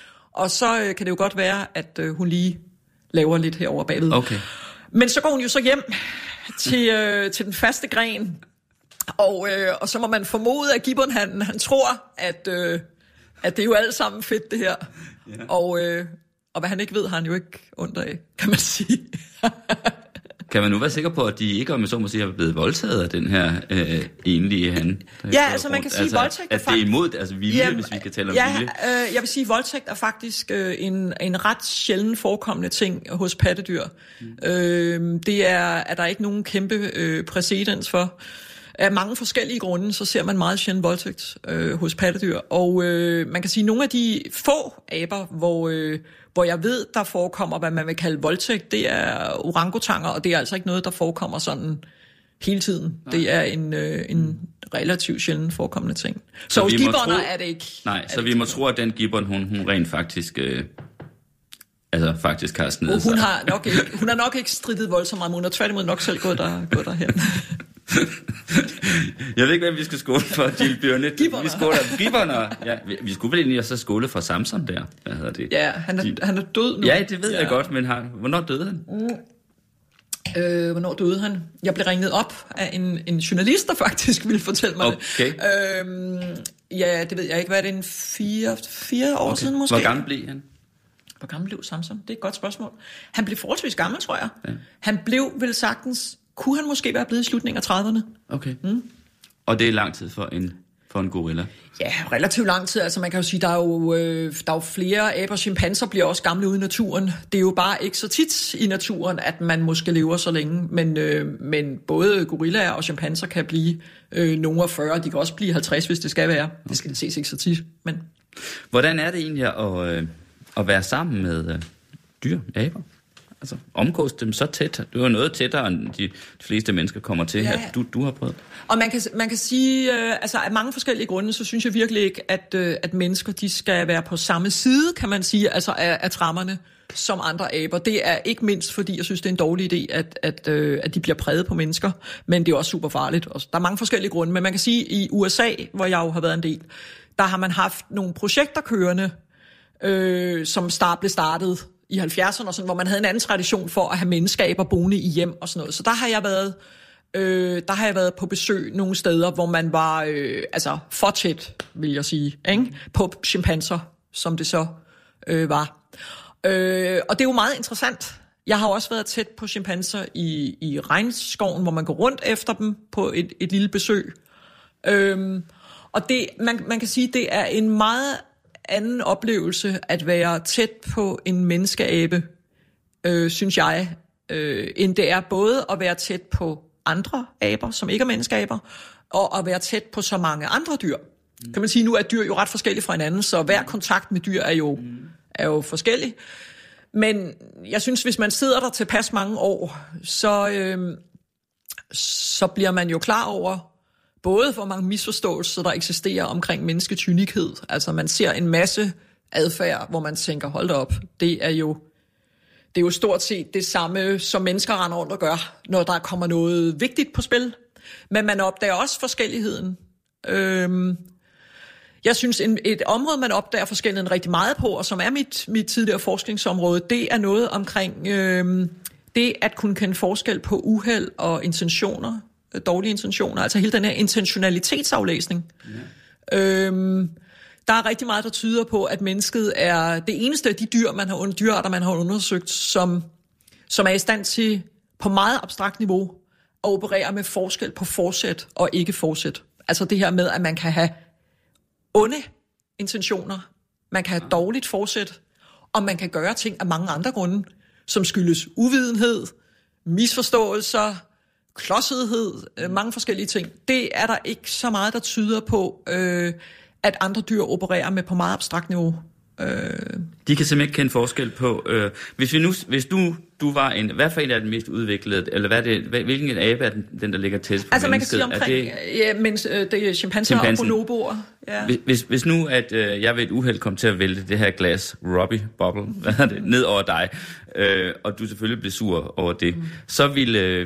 Og så øh, kan det jo godt være, at øh, hun lige laver lidt herovre bagved. Okay. Men så går hun jo så hjem til, øh, til den faste gren. Og, øh, og så må man formode, at gibbonhannen, han tror, at, øh, at det er jo alt sammen fedt, det her. Yeah. Og, øh, og hvad han ikke ved, har han jo ikke ondt af, kan man sige. Kan man nu være sikker på, at de ikke, om jeg så må sige, er blevet voldtaget af den her øh, enlige han? Ja, altså man kan sige, altså, voldtægt er faktisk... At det er imod altså vilje, jamen, hvis vi skal tale om ja, vilje? Ja, øh, jeg vil sige, voldtægt er faktisk øh, en, en ret sjælden forekommende ting hos pattedyr. Mm. Øh, det er, er der ikke nogen kæmpe øh, præcedens for. Af mange forskellige grunde, så ser man meget sjældent voldtægt øh, hos pattedyr. Og øh, man kan sige, at nogle af de få aber, hvor... Øh, hvor jeg ved, der forekommer, hvad man vil kalde voldtægt, det er orangutanger, og det er altså ikke noget, der forekommer sådan hele tiden. Nej. Det er en, øh, en relativt sjældent forekommende ting. Så, så hos gibboner er det ikke... Nej, så vi må tro, at den gibbon, hun, hun rent faktisk... Øh, altså faktisk har snedet hun har nok ikke, hun har nok ikke strittet voldsomt meget, men hun har tværtimod nok selv gået, der, gået derhen. Jeg ved ikke, hvad vi skal skåle for, Jill Bjørnet. Vi skåler gibboner. Ja, vi, vi skulle vel egentlig også skåle for Samson der. Hvad hedder det? Ja, han er, han er død nu. Ja, det ved ja. jeg godt, men har, hvornår døde han? Mm. Øh, hvornår døde han? Jeg blev ringet op af en, en journalist, der faktisk ville fortælle mig okay. det. Øh, ja, det ved jeg ikke. Hvad er det, en fire, fire år okay. siden måske? Hvor gammel blev han? Hvor gammel blev Samson? Det er et godt spørgsmål. Han blev forholdsvis gammel, tror jeg. Ja. Han blev vel sagtens... Kunne han måske være blevet i slutningen af trediverne? Okay. Mm. Og det er lang tid for en, for en gorilla? Ja, relativt lang tid. Altså man kan jo sige, der er jo, øh, der er jo flere aber. Chimpanser bliver også gamle ude i naturen. Det er jo bare ikke så tit i naturen, at man måske lever så længe. Men, øh, men både gorillaer og chimpanser kan blive øh, nogle af fyrre. De kan også blive halvtreds, hvis det skal være. Okay. Det skal det ses ikke så tit. Men... Hvordan er det egentlig at, øh, at være sammen med øh, dyr, aber? Altså, omgås dem så tæt. Det var noget tættere, end de, de fleste mennesker kommer til ja, ja. her. Du, du har prøvet. Og man kan, man kan sige, øh, altså af mange forskellige grunde, så synes jeg virkelig ikke, at, øh, at mennesker, de skal være på samme side, kan man sige, altså af, af trammerne, som andre aber. Det er ikke mindst, fordi jeg synes, det er en dårlig idé, at, at, øh, at de bliver præget på mennesker, men det er også super farligt. Og der er mange forskellige grunde, men man kan sige, at i U S A, hvor jeg jo har været en del, der har man haft nogle projekter kørende, øh, som start, blev startet i halvfjerdserne, og sådan, hvor man havde en anden tradition for at have menneskeaber boende i hjem og sådan noget. Så der har jeg været, øh, der har jeg været på besøg nogle steder, hvor man var øh, altså for tæt, vil jeg sige, ikke? På chimpanser, som det så øh, var. Øh, og det er jo meget interessant. Jeg har også været tæt på chimpanser i, i regnskoven, hvor man går rundt efter dem på et, et lille besøg. Øh, og det, man, man kan sige, det er en meget anden oplevelse at være tæt på en menneskeabe, øh, synes jeg, øh, end det er både at være tæt på andre aber, som ikke er menneskeaber, og at være tæt på så mange andre dyr. Mm. Kan man sige, nu er dyr jo ret forskellige fra hinanden, så hver kontakt med dyr er jo, mm. er jo forskellig. Men jeg synes, hvis man sidder der tilpas mange år, så, øh, så bliver man jo klar over, både hvor mange misforståelser, der eksisterer omkring menneskets unikhed. Altså man ser en masse adfærd, hvor man tænker, hold da op, det er jo, det er jo stort set det samme, som mennesker render rundt og gør, når der kommer noget vigtigt på spil. Men man opdager også forskelligheden. Øhm, jeg synes, en, et område, man opdager forskelligheden rigtig meget på, og som er mit, mit tidligere forskningsområde, det er noget omkring øhm, det at kunne kende forskel på uheld og intentioner, dårlige intentioner, altså hele den her intentionalitetsaflæsning. Ja. Øhm, der er rigtig meget, der tyder på, at mennesket er det eneste af de dyr, man har, dyrearter, man har undersøgt, som, som er i stand til på meget abstrakt niveau at operere med forskel på forsæt og ikke forsæt. Altså det her med, at man kan have onde intentioner, man kan have dårligt forsæt, og man kan gøre ting af mange andre grunde, som skyldes uvidenhed, misforståelser, klodsethed, øh, mange forskellige ting. Det er der ikke så meget, der tyder på, øh, at andre dyr opererer med på meget abstrakt niveau. Øh. De kan simpelthen ikke kende forskel på, øh, hvis vi nu, hvis du, du var en, hvad for en af den mest udviklede, eller hvad er det, hvilken abe er den, den der ligger tæt på altså mennesket? Man kan sige omkring, det, ja, men øh, det er chimpanser og bonoboer. Ja. Hvis, hvis, hvis nu, at øh, jeg ved et uheld kom til at vælte det her glas, Robbie Bubble, hvad er det, ned over dig, øh, og du selvfølgelig blev sur over det, mm. så ville... Øh,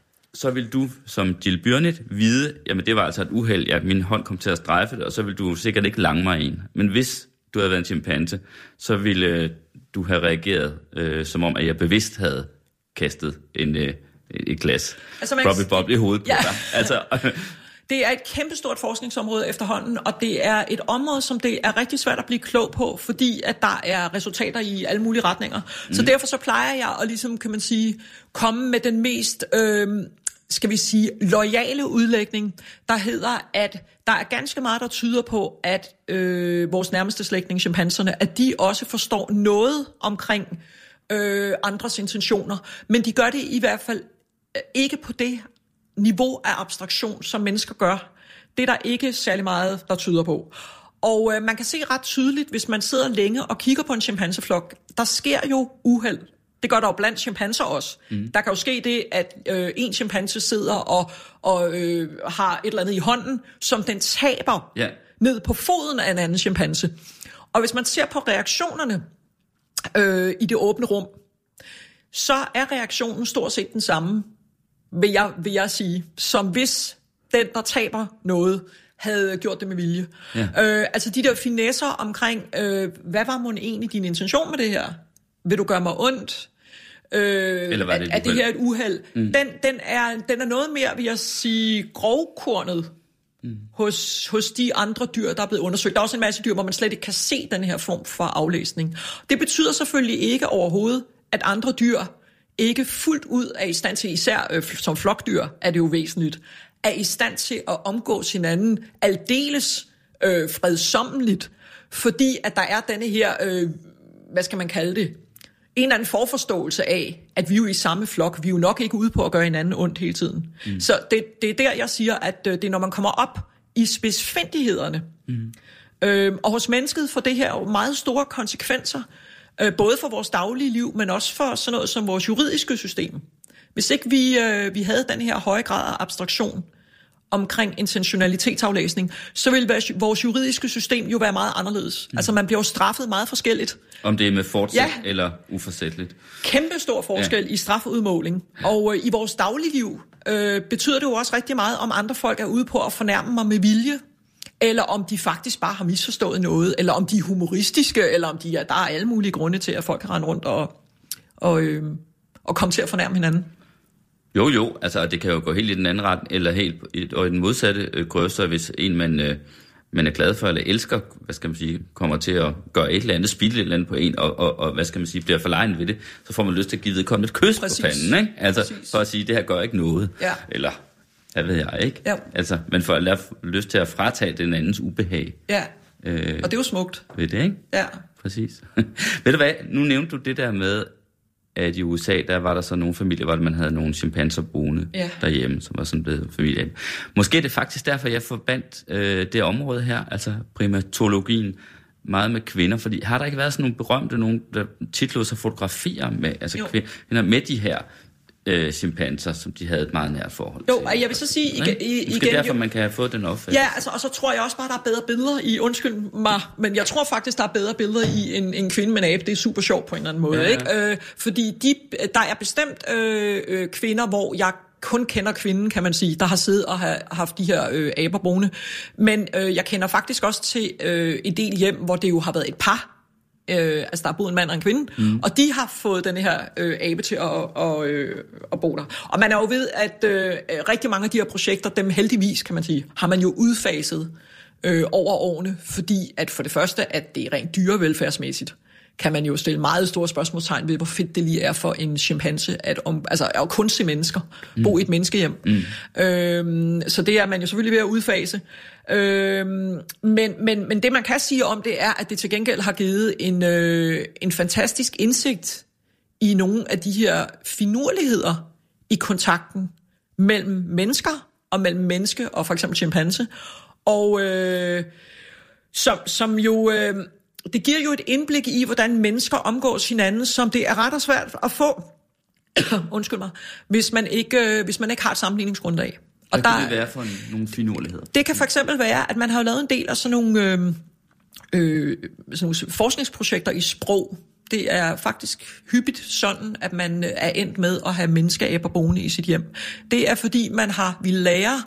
så vil du som Jill Byrnet vide, jamen det var altså et uheld, ja, min hånd kom til at strejfe det, og så vil du sikkert ikke lange mig en. Men hvis du havde været en chimpanse, så ville øh, du have reageret, øh, som om, at jeg bevidst havde kastet en, øh, et glas altså, Robbie Bubble i hovedet på ja. dig. Altså, det er et kæmpestort forskningsområde efterhånden, og det er et område, som det er rigtig svært at blive klog på, fordi at der er resultater i alle mulige retninger. Mm. Så derfor så plejer jeg at ligesom, kan man sige, komme med den mest, øh, skal vi sige, loyale udlægning, der hedder, at der er ganske meget, der tyder på, at øh, vores nærmeste slægtning, chimpanserne, at de også forstår noget omkring øh, andres intentioner, men de gør det i hvert fald ikke på det niveau af abstraktion, som mennesker gør. Det er der ikke særlig meget, der tyder på. Og øh, man kan se ret tydeligt, hvis man sidder længe og kigger på en chimpanseflok, der sker jo uheld. Det gør der jo blandt chimpanser også. Mm. Der kan jo ske det, at øh, en chimpanse sidder og, og øh, har et eller andet i hånden, som den taber yeah. ned på foden af en anden chimpanse. Og hvis man ser på reaktionerne øh, i det åbne rum, så er reaktionen stort set den samme, vil jeg, vil jeg sige, som hvis den, der taber noget, havde gjort det med vilje. Ja. Øh, altså de der finesser omkring, øh, hvad var mon egentlig din intention med det her? Vil du gøre mig ondt? øh, Eller at, det at det her er et uheld, mm. den, den, er, den er noget mere, vil jeg sige, grovkornet mm. hos, hos de andre dyr, der er blevet undersøgt. Der er også en masse dyr, hvor man slet ikke kan se den her form for aflæsning. Det betyder selvfølgelig ikke overhovedet, at andre dyr ikke fuldt ud er i stand til, især øh, som flokdyr er det jo væsentligt, er i stand til at omgås hinanden aldeles øh, fredsommeligt, fordi at der er denne her, øh, hvad skal man kalde det, en eller anden forforståelse af, at vi er jo i samme flok, vi er jo nok ikke ude på at gøre hinanden ondt hele tiden. Mm. Så det, det er der, jeg siger, at øh, det er, når man kommer op i spidsfindighederne. Mm. Øh, og hos mennesket får det her jo meget store konsekvenser, øh, både for vores daglige liv, men også for sådan noget som vores juridiske system. Hvis ikke vi, øh, vi havde den her høje grad af abstraktion omkring intentionalitetsaflæsning, så ville vores juridiske system jo være meget anderledes. Mm. Altså man bliver jo straffet meget forskelligt. Om det er med fortsæt ja. eller uforsætligt. Kæmpe stor forskel ja. i strafudmåling. Og øh, i vores dagligliv øh, betyder det jo også rigtig meget, om andre folk er ude på at fornærme mig med vilje, eller om de faktisk bare har misforstået noget, eller om de er humoristiske, eller om de er, der er alle mulige grunde til, at folk kan rende rundt og, og, øh, og komme til at fornærme hinanden. Jo, jo, altså det kan jo gå helt i den anden ret, eller helt i, og i den modsatte øh, grøsser, hvis en, man, øh, man er glad for eller elsker, hvad skal man sige, kommer til at gøre et eller andet, spilde et eller andet på en, og, og, og hvad skal man sige, bliver forlegnet ved det, så får man lyst til at give vedkommende et kys Præcis. på panden, ikke? Altså Præcis. for at sige, det her gør ikke noget, ja. eller hvad ved jeg, ikke? Ja. Altså, man får lyst til at fratage den andens ubehag. Ja, øh, og det er jo smukt. Ved det, ikke? Ja. Præcis. Ved du hvad, nu nævnte du det der med, at i U S A, der var der så nogle familier, hvor man havde nogle chimpanser boende ja. derhjemme, som var sådan blevet familie. Måske er det faktisk derfor, jeg forbandt øh, det område her, altså primatologien, meget med kvinder, fordi har der ikke været sådan nogle berømte, nogle der titlede sig fotografier med, altså kvinder med de her øh, chimpanser, som de havde et meget nært forhold jo, til. Jo, jeg vil så sige igen... I, Måske igen, derfor, jo, man kan have fået den opfattelse. Ja, altså, og så tror jeg også bare, der er bedre billeder i, undskyld mig, men jeg tror faktisk, der er bedre billeder i en, en kvinde med en abe. Det er super sjovt på en eller anden måde, ja, ja. ikke? Øh, fordi de, der er bestemt øh, øh, kvinder, hvor jeg kun kender kvinden, kan man sige, der har siddet og har haft de her øh, aber boende. Men øh, jeg kender faktisk også til øh, en del hjem, hvor det jo har været et par. Øh, altså der er både en mand og en kvinde, mm. og de har fået den her øh, abe til at, og, øh, at bo der. Og man er jo ved, at øh, rigtig mange af de her projekter, dem heldigvis, kan man sige, har man jo udfaset øh, over årene, fordi at for det første, at det er rent dyrevelfærdsmæssigt, kan man jo stille meget store spørgsmålstegn ved, hvor fedt det lige er for en chimpanse at om, altså, at kun se mennesker, mm. bo i et menneskehjem. Mm. Øhm, så det er man jo selvfølgelig ved at udfase. Øhm, men, men, men det man kan sige om det er, at det til gengæld har givet en, øh, en fantastisk indsigt i nogle af de her finurligheder i kontakten mellem mennesker og mellem menneske og for eksempel chimpanse. Og øh, som, som jo... Øh, det giver jo et indblik i, hvordan mennesker omgås hinanden, som det er ret og svært at få, undskyld mig, hvis man ikke, øh, hvis man ikke har et sammenligningsgrundlag. Og hvad kan der, det være for en, nogle finurligheder? Det kan for eksempel være, at man har lavet en del af sådan nogle, øh, øh, sådan nogle forskningsprojekter i sprog. Det er faktisk hyppigt sådan, at man er endt med at have menneskeaber boende i sit hjem. Det er fordi, man har vil lære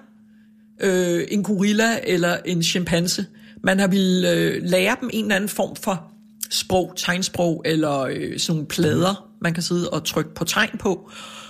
øh, en gorilla eller en chimpanse. Man har ville øh, lære dem en eller anden form for sprog, tegnsprog eller øh, sådan nogle plader, man kan sidde og trykke på tegn på,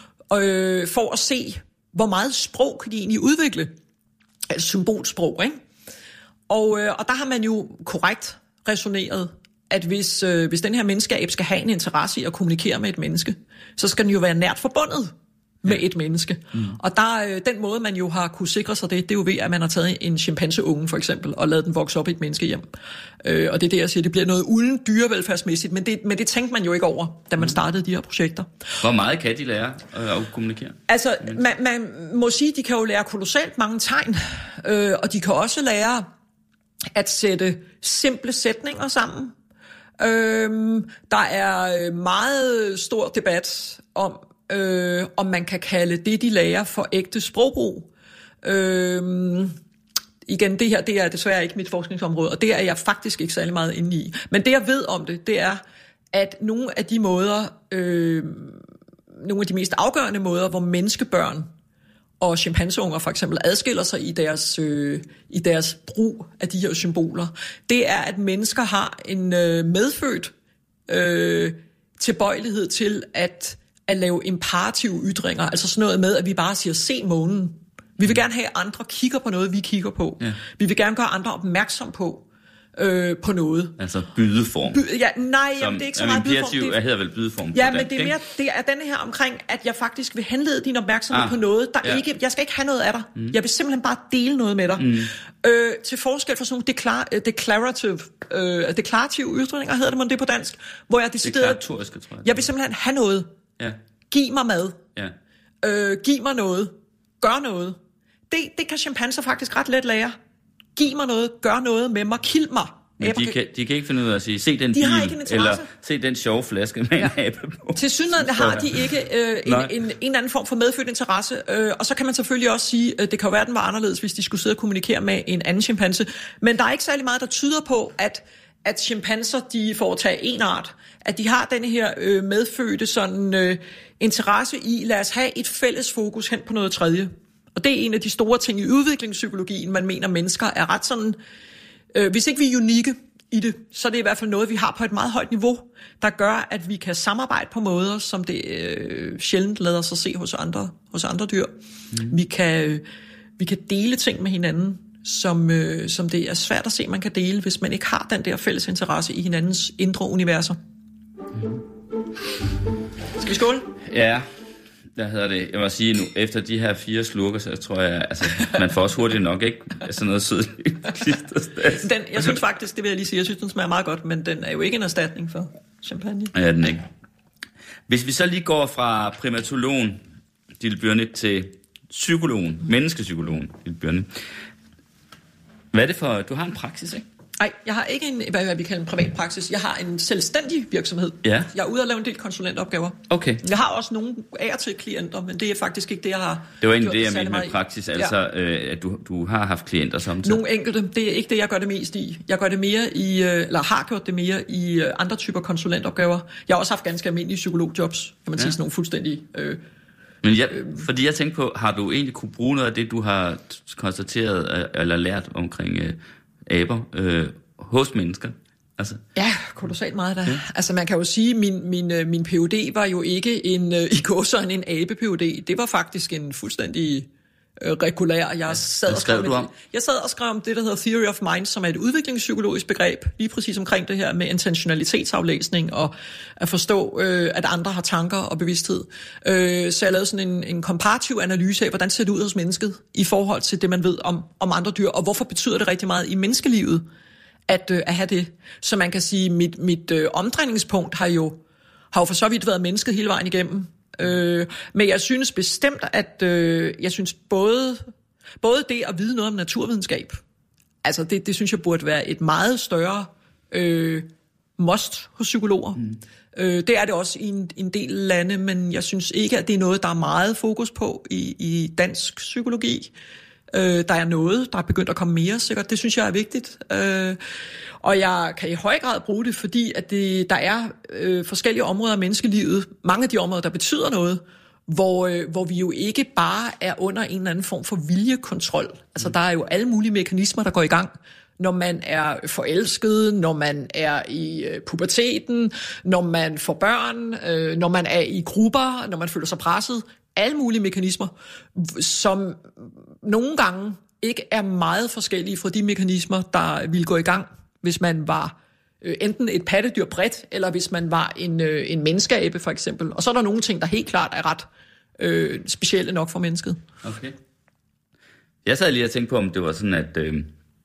øh, for at se, hvor meget sprog kan de egentlig udvikle. Altså symbolsprog, ikke? Og, øh, og der har man jo korrekt resoneret, at hvis, øh, hvis den her menneskeabe skal have en interesse i at kommunikere med et menneske, så skal den jo være nært forbundet med et menneske. Mm. Og der, øh, den måde, man jo har kunne sikre sig det, det er jo ved, at man har taget en chimpanseunge for eksempel, og lavet den vokse op i et menneskehjem. Øh, og det er det, jeg siger, det bliver noget uden dyrevelfærdsmæssigt, men det, men det tænkte man jo ikke over, da man startede de her projekter. Hvor meget kan de lære at kommunikere? Altså, man, man må sige, at de kan jo lære kolossalt mange tegn, øh, og de kan også lære at sætte simple sætninger sammen. Øh, der er meget stor debat om, Øh, om man kan kalde det, de lærer, for ægte sprogbrug. Øh, igen, det her, det er desværre ikke mit forskningsområde, og det er jeg faktisk ikke særlig meget inde i. Men det, jeg ved om det, det er, at nogle af de måder, øh, nogle af de mest afgørende måder, hvor menneskebørn og chimpanseunger for eksempel adskiller sig i deres, øh, i deres brug af de her symboler, det er, at mennesker har en øh, medfødt øh, tilbøjelighed til at at lave imperative ytringer, altså sådan noget med, at vi bare siger, se månen. Vi vil gerne have, at andre kigger på noget, vi kigger på. Ja. Vi vil gerne gøre andre opmærksom på, øh, på noget. Altså bydeform. By, ja, nej, Som, det er ikke så meget bydeform. Det er, hedder vel bydeform. Ja, men det er mere, det er denne her omkring, at jeg faktisk vil henlede din opmærksomhed ah, på noget, der ja. ikke, jeg skal ikke have noget af dig. Mm. Jeg vil simpelthen bare dele noget med dig. Mm. Øh, til forskel for sådan nogle deklar, declarative, øh, deklarative ytringer, hedder det man det på dansk, hvor jeg decideret, deklaratoriske, tror jeg. Jeg vil simpelthen have noget. Ja. Giv mig mad. Ja. Øh, giv mig noget. Gør noget. Det, det kan chimpanser faktisk ret let lære. Giv mig noget, gør noget med mig, kild mig. Men de kan, de kan ikke finde ud af at sige, se den bil, eller se den sjove flaske med ja. en abe på. Til synligheden har de ikke øh, en, en, en eller anden form for medfødt interesse, øh, og så kan man selvfølgelig også sige, at det kan jo være, at den var anderledes, hvis de skulle sidde og kommunikere med en anden chimpanse. Men der er ikke særlig meget, der tyder på, at, at chimpanser, de foretager en art, at de har denne her øh, medfødte sådan, øh, interesse i, lad os have et fælles fokus hen på noget tredje. Og det er en af de store ting i udviklingspsykologien, man mener, mennesker er ret sådan... Øh, hvis ikke vi er unikke i det, så er det i hvert fald noget, vi har på et meget højt niveau, der gør, at vi kan samarbejde på måder, som det øh, sjældent lader sig se hos andre, hos andre dyr. Mm. Vi, kan, øh, vi kan dele ting med hinanden, som, øh, som det er svært at se, man kan dele, hvis man ikke har den der fælles interesse i hinandens indre universer. Mm. Skal vi skåle? Ja. Hvad hedder det? Jeg må sige nu, efter de her fire slurker, så tror jeg, altså, man får også hurtigt nok, ikke? Sådan noget sødt. den, jeg synes faktisk, det vil jeg lige sige, jeg synes, den smager meget godt, men den er jo ikke en erstatning for champagne. Ja, den ikke. Hvis vi så lige går fra primatologen, Dille Bjørnit, til psykologen, menneskepsykologen, Dille Bjørnit. Hvad er det for, du har en praksis, ikke? Nej, jeg har ikke en, hvad vi kalder en privat praksis. Jeg har en selvstændig virksomhed. Ja. Jeg er ude at lave en del konsulentopgaver. Okay. Jeg har også nogle af og til klienter, men det er faktisk ikke det, jeg har. Det var egentlig det, jeg mente med praksis, altså ja. øh, at du, du har haft klienter samtidig. Nogle enkelte, det er ikke det, jeg gør det mest i. Jeg gør det mere i, eller har gjort det mere i andre typer konsulentopgaver. Jeg har også haft ganske almindelige psykologjobs, kan man ja. sige, sådan nogle fuldstændig... Øh, Men jeg, fordi jeg tænkte på, har du egentlig kunne bruge noget af det, du har konstateret eller lært omkring øh, aber øh, hos mennesker? Altså. Ja, kolossalt meget da. Ja. Altså man kan jo sige, min min min P H D var jo ikke en i gåseøjne en abe P H D. Det var faktisk en fuldstændig øh, regulær. Jeg ja. sad og skrev du om? Jeg sad og skrev om det der hedder Theory of Mind, som er et udviklingspsykologisk begreb, lige præcis omkring det her med intentionalitetsaflæsning og at forstå øh, at andre har tanker og bevidsthed. Øh, så jeg lavede sådan en en komparativ analyse af hvordan ser det ud hos mennesket i forhold til det man ved om om andre dyr og hvorfor betyder det rigtig meget i menneskelivet. At, øh, at have det. Så man kan sige, mit, mit øh, omdrejningspunkt har jo, har jo for så vidt været mennesket hele vejen igennem. Øh, men jeg synes bestemt, at øh, jeg synes både, både det at vide noget om naturvidenskab, altså det, det synes jeg burde være et meget større øh, must hos psykologer. Mm. Øh, det er det også i en, en del lande, men jeg synes ikke, at det er noget, der er meget fokus på i, i dansk psykologi. Øh, der er noget, der er begyndt at komme mere sikkert. Det synes jeg er vigtigt. Øh, og jeg kan i høj grad bruge det, fordi at det, der er øh, forskellige områder af menneskelivet. Mange af de områder, der betyder noget, hvor, øh, hvor vi jo ikke bare er under en eller anden form for viljekontrol. Altså der er jo alle mulige mekanismer, der går i gang. Når man er forelsket, når man er i øh, puberteten, når man får børn, øh, når man er i grupper, når man føler sig presset. Alle mulige mekanismer, som nogle gange ikke er meget forskellige fra de mekanismer, der ville gå i gang, hvis man var øh, enten et pattedyr bredt, eller hvis man var en, øh, en menneskeabe for eksempel. Og så er der nogle ting, der helt klart er ret øh, specielle nok for mennesket. Okay. Jeg sad lige og tænkte på, om det var sådan, at øh,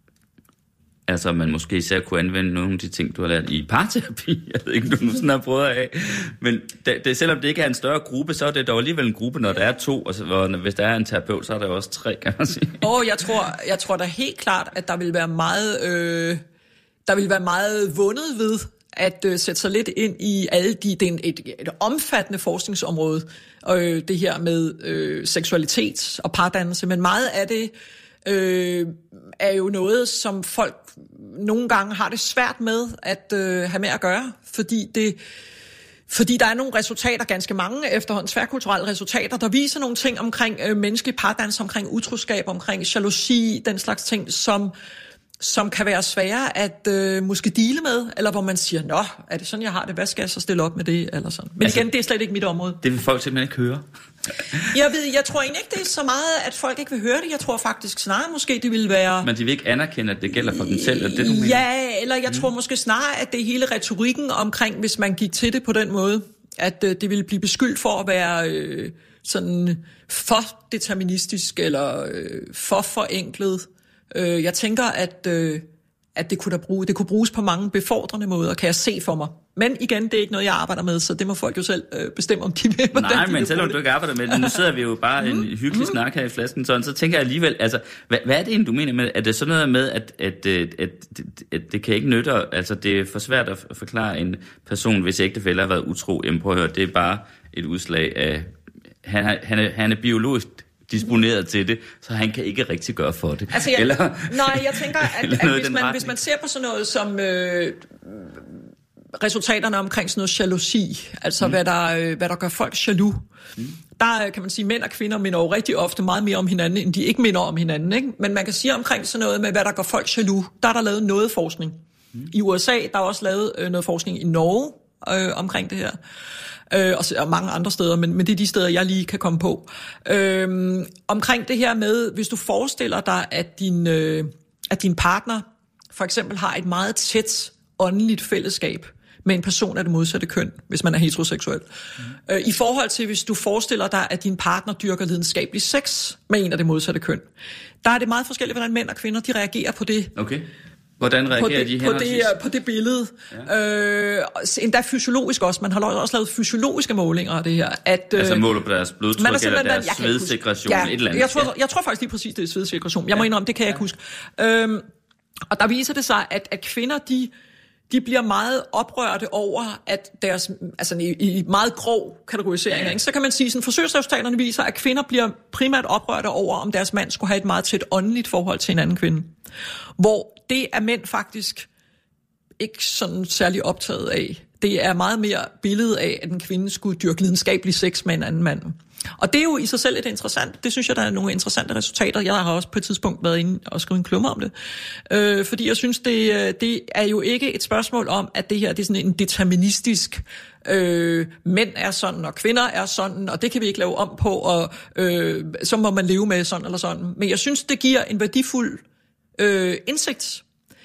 altså, man måske især kunne anvende nogle af de ting, du har lært i parterapi. Jeg ved ikke, om du nu sådan har prøvet af. Men det, det, selvom det ikke er en større gruppe, så er det dog alligevel en gruppe, når der er to. Og, så, og hvis der er en terapeut, så er der også tre, kan man sige. Åh, oh, jeg tror, jeg tror da helt klart, at der vil være meget, øh, der vil være meget vundet ved at øh, sætte sig lidt ind i alle de, det er en, et, et omfattende forskningsområde, øh, det her med øh, seksualitet og pardannelse. Men meget af det Øh, er jo noget, som folk nogle gange har det svært med at øh, have med at gøre, fordi det, fordi der er nogle resultater, ganske mange efterhånden tværkulturelle resultater, der viser nogle ting omkring øh, menneskelig pardans, omkring utroskab, omkring jalousi, den slags ting, som som kan være svære at øh, måske dele med, eller hvor man siger, nå, er det sådan, jeg har det, hvad skal jeg så stille op med det, eller sådan. Men altså, igen, det er slet ikke mit område. Det vil folk simpelthen ikke høre. Jeg ved, jeg tror egentlig ikke, det er så meget, at folk ikke vil høre det. Jeg tror faktisk snarere, måske det vil være... Men de vil ikke anerkende, at det gælder for dem selv, er det, du mener? Ja, eller jeg mm. tror måske snarere, at det er hele retorikken omkring, hvis man gik til det på den måde, at øh, det ville blive beskyldt for at være øh, sådan for deterministisk, eller øh, for forenklet. Øh, jeg tænker, at, øh, at det, kunne der bruge, det kunne bruges på mange befordrende måder, kan jeg se for mig. Men igen, det er ikke noget, jeg arbejder med, så det må folk jo selv øh, bestemme, om de vil. Nej, de men selvom du ikke arbejder med det, nu sidder vi jo bare mm. en hyggelig mm. snak her i flasken, sådan, så tænker jeg alligevel, altså, hvad, hvad er det egentlig, du mener med, er det sådan noget med, at, at, at, at, at det kan ikke nytte, altså det er for svært at forklare en person, hvis ægtefælle har været utro, jamen prøv at høre, det er bare et udslag af, han, han, er, han er biologisk disponeret til det, så han kan ikke rigtig gøre for det. Altså, jeg, eller, nej, jeg tænker, at, at hvis, man, hvis man ser på sådan noget som øh, resultaterne omkring sådan noget jalousi, altså mm. hvad, der, øh, hvad der gør folk jaloux, mm. der kan man sige, at mænd og kvinder minder jo rigtig ofte meget mere om hinanden, end de ikke minder om hinanden. Ikke? Men man kan sige omkring sådan noget med, hvad der gør folk jaloux, der er der lavet noget forskning. Mm. I U S A, der er også lavet øh, noget forskning i Norge øh, omkring det her. Øh, og, og mange andre steder, men, men det er de steder, jeg lige kan komme på. Øh, omkring det her med, hvis du forestiller dig, at din, øh, at din partner for eksempel har et meget tæt åndeligt fællesskab med en person af det modsatte køn, hvis man er heteroseksuel. Mm. Øh, I forhold til, hvis du forestiller dig, at din partner dyrker lidenskabelig sex med en af det modsatte køn, der er det meget forskelligt, hvordan mænd og kvinder de reagerer på det. Okay. Hvordan reagerer på det, de på det, på det billede. Ja. Øh, endda fysiologisk også. Man har også lavet fysiologiske målinger af det her. At, altså måler på deres blodtryk eller deres svedsekretion, ja, et eller andet. Jeg tror, jeg tror faktisk lige præcis, det er svedsekretion. Jeg må ja. indrømme, det kan jeg ikke huske. Øhm, og der viser det sig, at, at kvinder, de, de bliver meget oprørte over, at deres, altså i, i meget grov kategorisering, ja. ikke? Så kan man sige, sådan forsøgsresultaterne viser, at kvinder bliver primært oprørte over, om deres mand skulle have et meget tæt åndeligt forhold til en anden kvinde. Hvor det er mænd faktisk ikke sådan særlig optaget af. Det er meget mere billedet af, at en kvinde skulle dyrke lidenskabelig sex med en anden mand. Og det er jo i sig selv lidt interessant. Det synes jeg, der er nogle interessante resultater. Jeg har også på et tidspunkt været inde og skrevet en klumme om det. Øh, fordi jeg synes, det, det er jo ikke et spørgsmål om, at det her det er sådan en deterministisk øh, mænd er sådan, og kvinder er sådan, og det kan vi ikke lave om på, og øh, så må man leve med sådan eller sådan. Men jeg synes, det giver en værdifuld øh, indsigt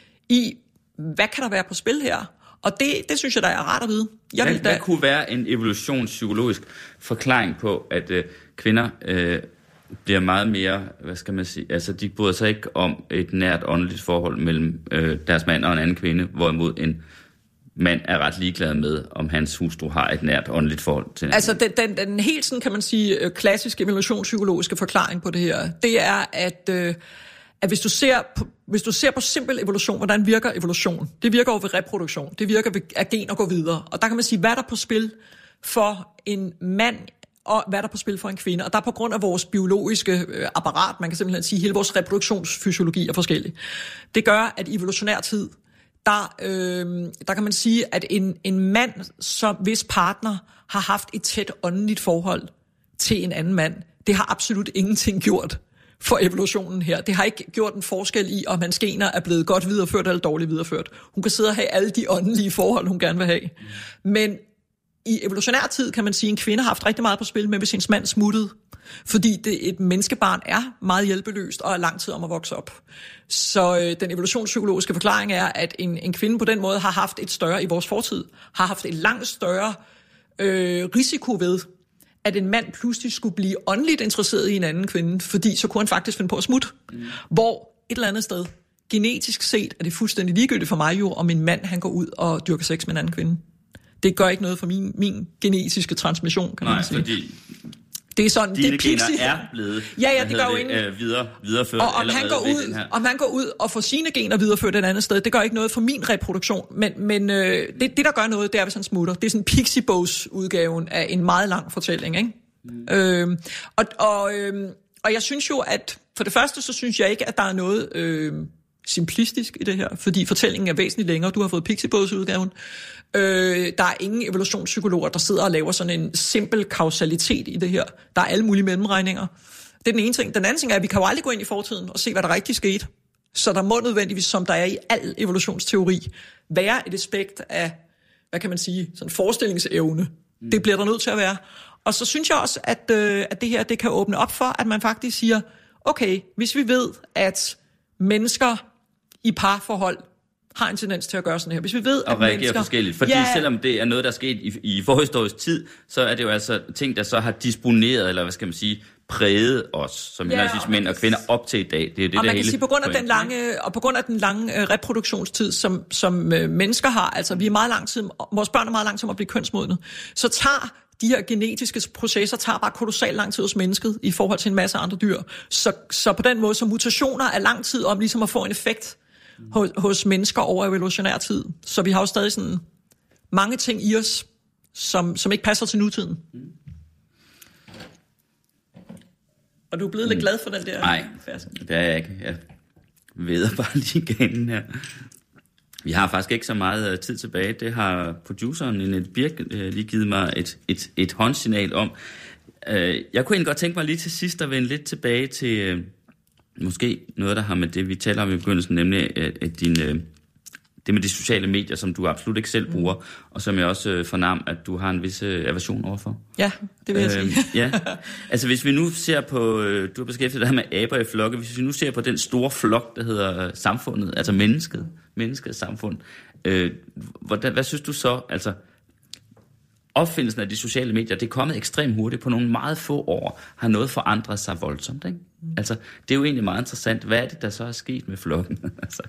i, hvad kan der være på spil her? Og det, det synes jeg, der er rart at vide. Jeg hvad, vil da... hvad kunne være en evolutionspsykologisk forklaring på, at øh, kvinder øh, bliver meget mere, hvad skal man sige, altså de bryder sig ikke om et nært åndeligt forhold mellem øh, deres mand og en anden kvinde, hvorimod en mand er ret ligeglad med, om hans hustru har et nært åndeligt forhold til hende. Altså den, den, den helt sådan, kan man sige, klassiske evolutionspsykologiske forklaring på det her, det er, at... Øh, at hvis du ser på, hvis du ser på simpel evolution, hvordan virker evolution? Det virker jo ved reproduktion. Det virker ved, at gener går videre. Og der kan man sige, hvad er der på spil for en mand, og hvad er der på spil for en kvinde? Og der er på grund af vores biologiske apparat, man kan simpelthen sige, hele vores reproduktionsfysiologi er forskellig. Det gør, at i evolutionær tid, der, øh, der kan man sige, at en, en mand, som hvis partner har haft et tæt åndeligt forhold til en anden mand, det har absolut ingenting gjort for evolutionen her. Det har ikke gjort en forskel i, om hans gener er blevet godt videreført eller dårligt videreført. Hun kan sidde og have alle de åndelige forhold, hun gerne vil have. Mm. Men i evolutionær tid kan man sige, at en kvinde har haft rigtig meget på spil med, hvis hendes mand smuttede. Fordi det, et menneskebarn er meget hjælpeløst og er lang tid om at vokse op. Så øh, den evolutionspsykologiske forklaring er, at en, en kvinde på den måde har haft et større, i vores fortid, har haft et langt større øh, risiko ved, at en mand pludselig skulle blive åndeligt interesseret i en anden kvinde, fordi så kunne han faktisk finde på at smutte. Mm. Hvor et eller andet sted, genetisk set, er det fuldstændig ligegyldigt for mig jo, om en mand han går ud og dyrker sex med en anden kvinde. Det gør ikke noget for min, min genetiske transmission, kan Nej, man sige. Fordi det er sådan, dine det er gener er blevet ja, ja, det gør jo det, øh, videre, videreført. Og om han, går ud, om han går ud og får sine gener videreført et andet sted, det gør ikke noget for min reproduktion. Men, men øh, det, det, der gør noget, det er, hvis han smutter. Det er sådan Pixie Bows-udgaven af en meget lang fortælling, ikke? Mm. Øh, og, og, øh, og jeg synes jo, at for det første, så synes jeg ikke, at der er noget øh, simplistisk i det her, fordi fortællingen er væsentligt længere. Du har fået Pixie Bows-udgaven. Øh, der er ingen evolutionspsykologer, der sidder og laver sådan en simpel kausalitet i det her. Der er alle mulige mellemregninger. Det er den ene ting. Den anden ting er, at vi kan jo aldrig gå ind i fortiden og se, hvad der rigtig skete. Så der må nødvendigvis, som der er i al evolutionsteori, være et aspekt af, hvad kan man sige, sådan forestillingsevne. Mm. Det bliver der nødt til at være. Og så synes jeg også, at, øh, at det her det kan åbne op for, at man faktisk siger, okay, hvis vi ved, at mennesker i parforhold har en tendens til at gøre sådan her. Hvis vi ved, og at reagerer mennesker... forskelligt. Fordi ja, selvom det er noget, der er sket i, i forhistorisk tid, så er det jo altså ting, der så har disponeret, eller hvad skal man sige, præget os, som ja, henholdsvis mænd og kvinder op til i dag. Det er det, og der man kan sige, på grund af den lange, og på grund af den lange uh, reproduktionstid, som, som uh, mennesker har, altså vi er meget lang tid, vores børn er meget lang tid om at blive kønsmodne, så tager de her genetiske processer tager bare kolossalt lang tid hos mennesket i forhold til en masse andre dyr. Så, så på den måde, så mutationer er lang tid om ligesom at få en effekt hos, hos mennesker over evolutionær tid. Så vi har jo stadig sådan mange ting i os, som, som ikke passer til nutiden. Mm. Og du er blevet mm. lidt glad for den der? Nej, det er jeg ikke. Jeg ved bare lige igen her. Vi har faktisk ikke så meget tid tilbage. Det har produceren Annette Birk lige givet mig et, et, et håndsignal om. Jeg kunne egentlig godt tænke mig lige til sidst at vende lidt tilbage til måske noget, der har med det, vi taler om i begyndelsen, nemlig at din, det med de sociale medier, som du absolut ikke selv bruger, mm. og som jeg også fornam, at du har en vis aversion overfor. Ja, det vil jeg øh, sige. Ja. Altså hvis vi nu ser på, du har beskæftiget dig med aber i flokke, hvis vi nu ser på den store flok, der hedder samfundet, altså mennesket, menneskets samfund, øh, hvordan, hvad synes du så, altså opfindelsen af de sociale medier, det er kommet ekstremt hurtigt, på nogle meget få år, har noget forandret sig voldsomt, ikke? Mm. Altså, det er jo egentlig meget interessant, hvad er det, der så er sket med flokken? altså,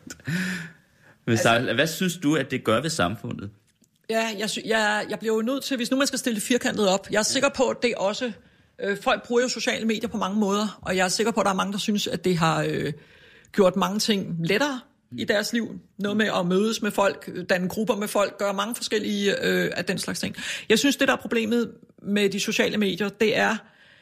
altså, hvad synes du, at det gør ved samfundet? Ja, jeg, jeg, jeg bliver jo nødt til, hvis nu man skal stille det firkantet op, jeg er sikker på, at det også, øh, folk bruger jo sociale medier på mange måder, og jeg er sikker på, at der er mange, der synes, at det har øh, gjort mange ting lettere i deres liv. Noget med at mødes med folk, danne grupper med folk, gøre mange forskellige øh, af den slags ting. Jeg synes, det der er problemet med de sociale medier, det er,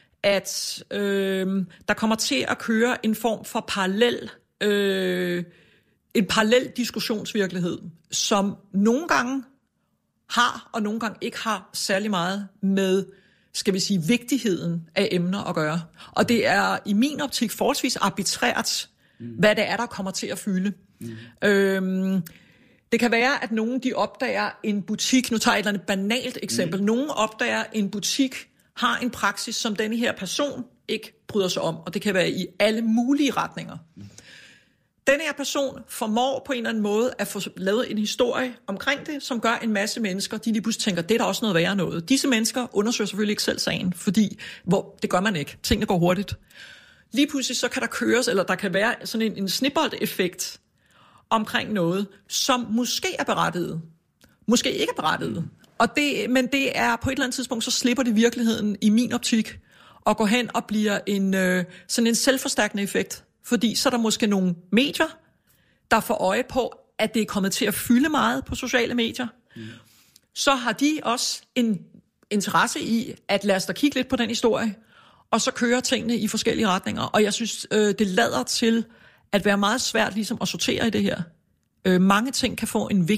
at øh, der kommer til at køre en form for parallel, øh, en parallel diskussionsvirkelighed, som nogle gange har, og nogle gange ikke har særlig meget med, skal vi sige, vigtigheden af emner at gøre. Og det er i min optik forholdsvis arbitrært, mm. hvad det er, der kommer til at fylde. Mm. Øhm, det kan være, at nogen de opdager en butik, nu tager jeg et eller andet banalt eksempel, mm. nogen opdager en butik, har en praksis, som denne her person ikke bryder sig om, og det kan være i alle mulige retninger. Mm. Denne her person formår på en eller anden måde at få lavet en historie omkring det, som gør en masse mennesker, de lige pludselig tænker, det er der også noget værre noget. Disse mennesker undersøger selvfølgelig ikke selv sagen, fordi hvor, det gør man ikke. Tingene går hurtigt. Lige pludselig så kan der køres, eller der kan være sådan en, en snibbold-effekt omkring noget, som måske er berettiget, måske ikke er berettiget. Og det, men det er på et eller andet tidspunkt, så slipper det virkeligheden i min optik og går hen og bliver en, øh, sådan en selvforstærkende effekt. Fordi så er der måske nogle medier, der får øje på, at det er kommet til at fylde meget på sociale medier. Mm. Så har de også en interesse i, at lad os da kigge lidt på den historie, og så kører tingene i forskellige retninger. Og jeg synes, øh, det lader til at være meget svært ligesom at sortere i det her. Øh, mange ting kan få en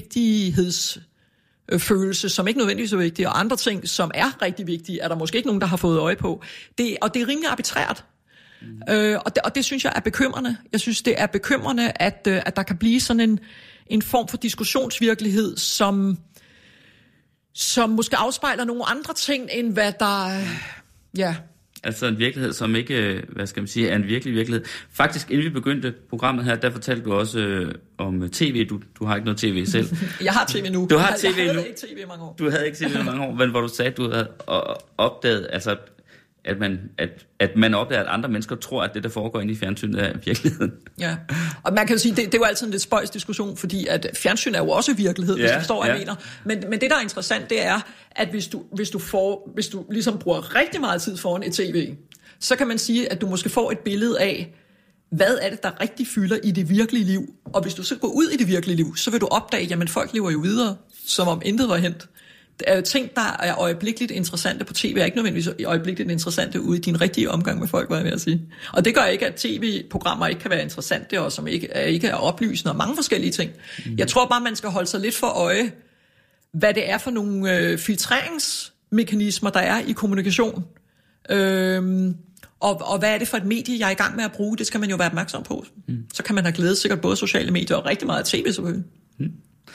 vigtighedsfølelse, som ikke nødvendigvis er vigtig, og andre ting, som er rigtig vigtige, er der måske ikke nogen, der har fået øje på. Det, og det er rimelig arbitrært. Mm. Øh, og, det, og det synes jeg er bekymrende. Jeg synes, det er bekymrende, at, øh, at der kan blive sådan en, en form for diskussionsvirkelighed, som, som måske afspejler nogle andre ting, end hvad der... Øh, ja... Altså en virkelighed, som ikke, hvad skal man sige, er en virkelig virkelighed. Faktisk, inden vi begyndte programmet her, der fortalte du også øh, om tv. Du, du har ikke noget tv selv. Jeg har tv nu. Du har tv jeg nu. havde ikke tv i mange år. Du havde ikke tv i mange år, men hvor du sagde, at du havde opdaget, altså, at man, at, at man opdager, at andre mennesker tror, at det, der foregår inde i fjernsynet, er virkeligheden. Ja, og man kan jo sige, det, det er jo altid en lidt spøjs diskussion, fordi at fjernsyn er jo også virkelighed, ja, hvis du forstår, hvad ja. jeg mener. Men, men det, der er interessant, det er, at hvis du, hvis du, får, hvis du ligesom bruger rigtig meget tid foran et tv, så kan man sige, at du måske får et billede af, hvad er det, der rigtig fylder i det virkelige liv. Og hvis du så går ud i det virkelige liv, så vil du opdage, jamen folk lever jo videre, som om intet var hent. Ting, der er øjeblikkeligt interessante på tv, er ikke nødvendigvis øjeblikligt interessante ude i din rigtige omgang med folk, hvad jeg vil sige. Og det gør ikke, at tv-programmer ikke kan være interessante, og som ikke, ikke er oplysende, og mange forskellige ting. Mm. Jeg tror bare, man skal holde sig lidt for øje, hvad det er for nogle øh, filtreringsmekanismer, der er i kommunikation. Øhm, Og, og hvad er det for et medie, jeg er i gang med at bruge? Det skal man jo være opmærksom på. Mm. Så kan man have glædet sikkert både sociale medier og rigtig meget tv selvfølgelig. Mm.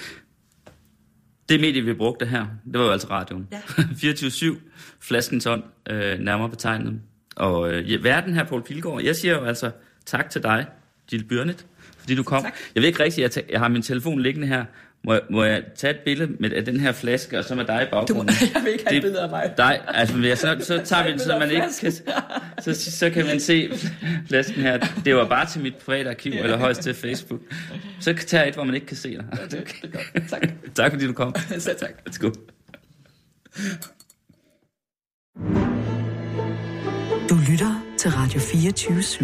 Det medie, vi brugte her, det var jo altså radioen. Ja. fireogtyve syv, Flaskens Ånd, øh, nærmere betegnet. Og øh, verden her, Poul Pilgaard, jeg siger jo altså tak til dig, Gitte Byrnit, fordi du kom. Tak. Jeg ved ikke rigtigt, jeg, jeg har min telefon liggende her. Må jeg, må jeg tage et billede med, af den her flaske, og så med dig i baggrunden? Du, jeg vil ikke have et billede af mig. Nej, altså, ja, så, så tager vi den, så man ikke kan, så, så kan man se flasken her. Det var bare til mit private arkiv, ja. Eller højst til Facebook. Så tager jeg et, hvor man ikke kan se dig. Ja, det, det er godt. Tak. Tak fordi du kom. Selv tak. Let's go. Du lytter til Radio fireogtyve syv.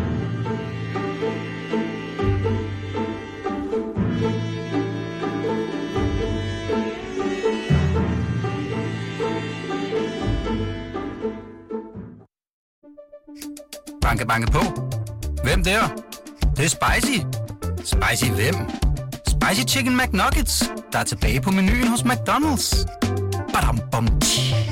Banke, banke på. Hvem der? Det, det er spicy. Spicy hvem? Spicy Chicken McNuggets, der er tilbage på menuen hos McDonald's. Badum, bom, tji.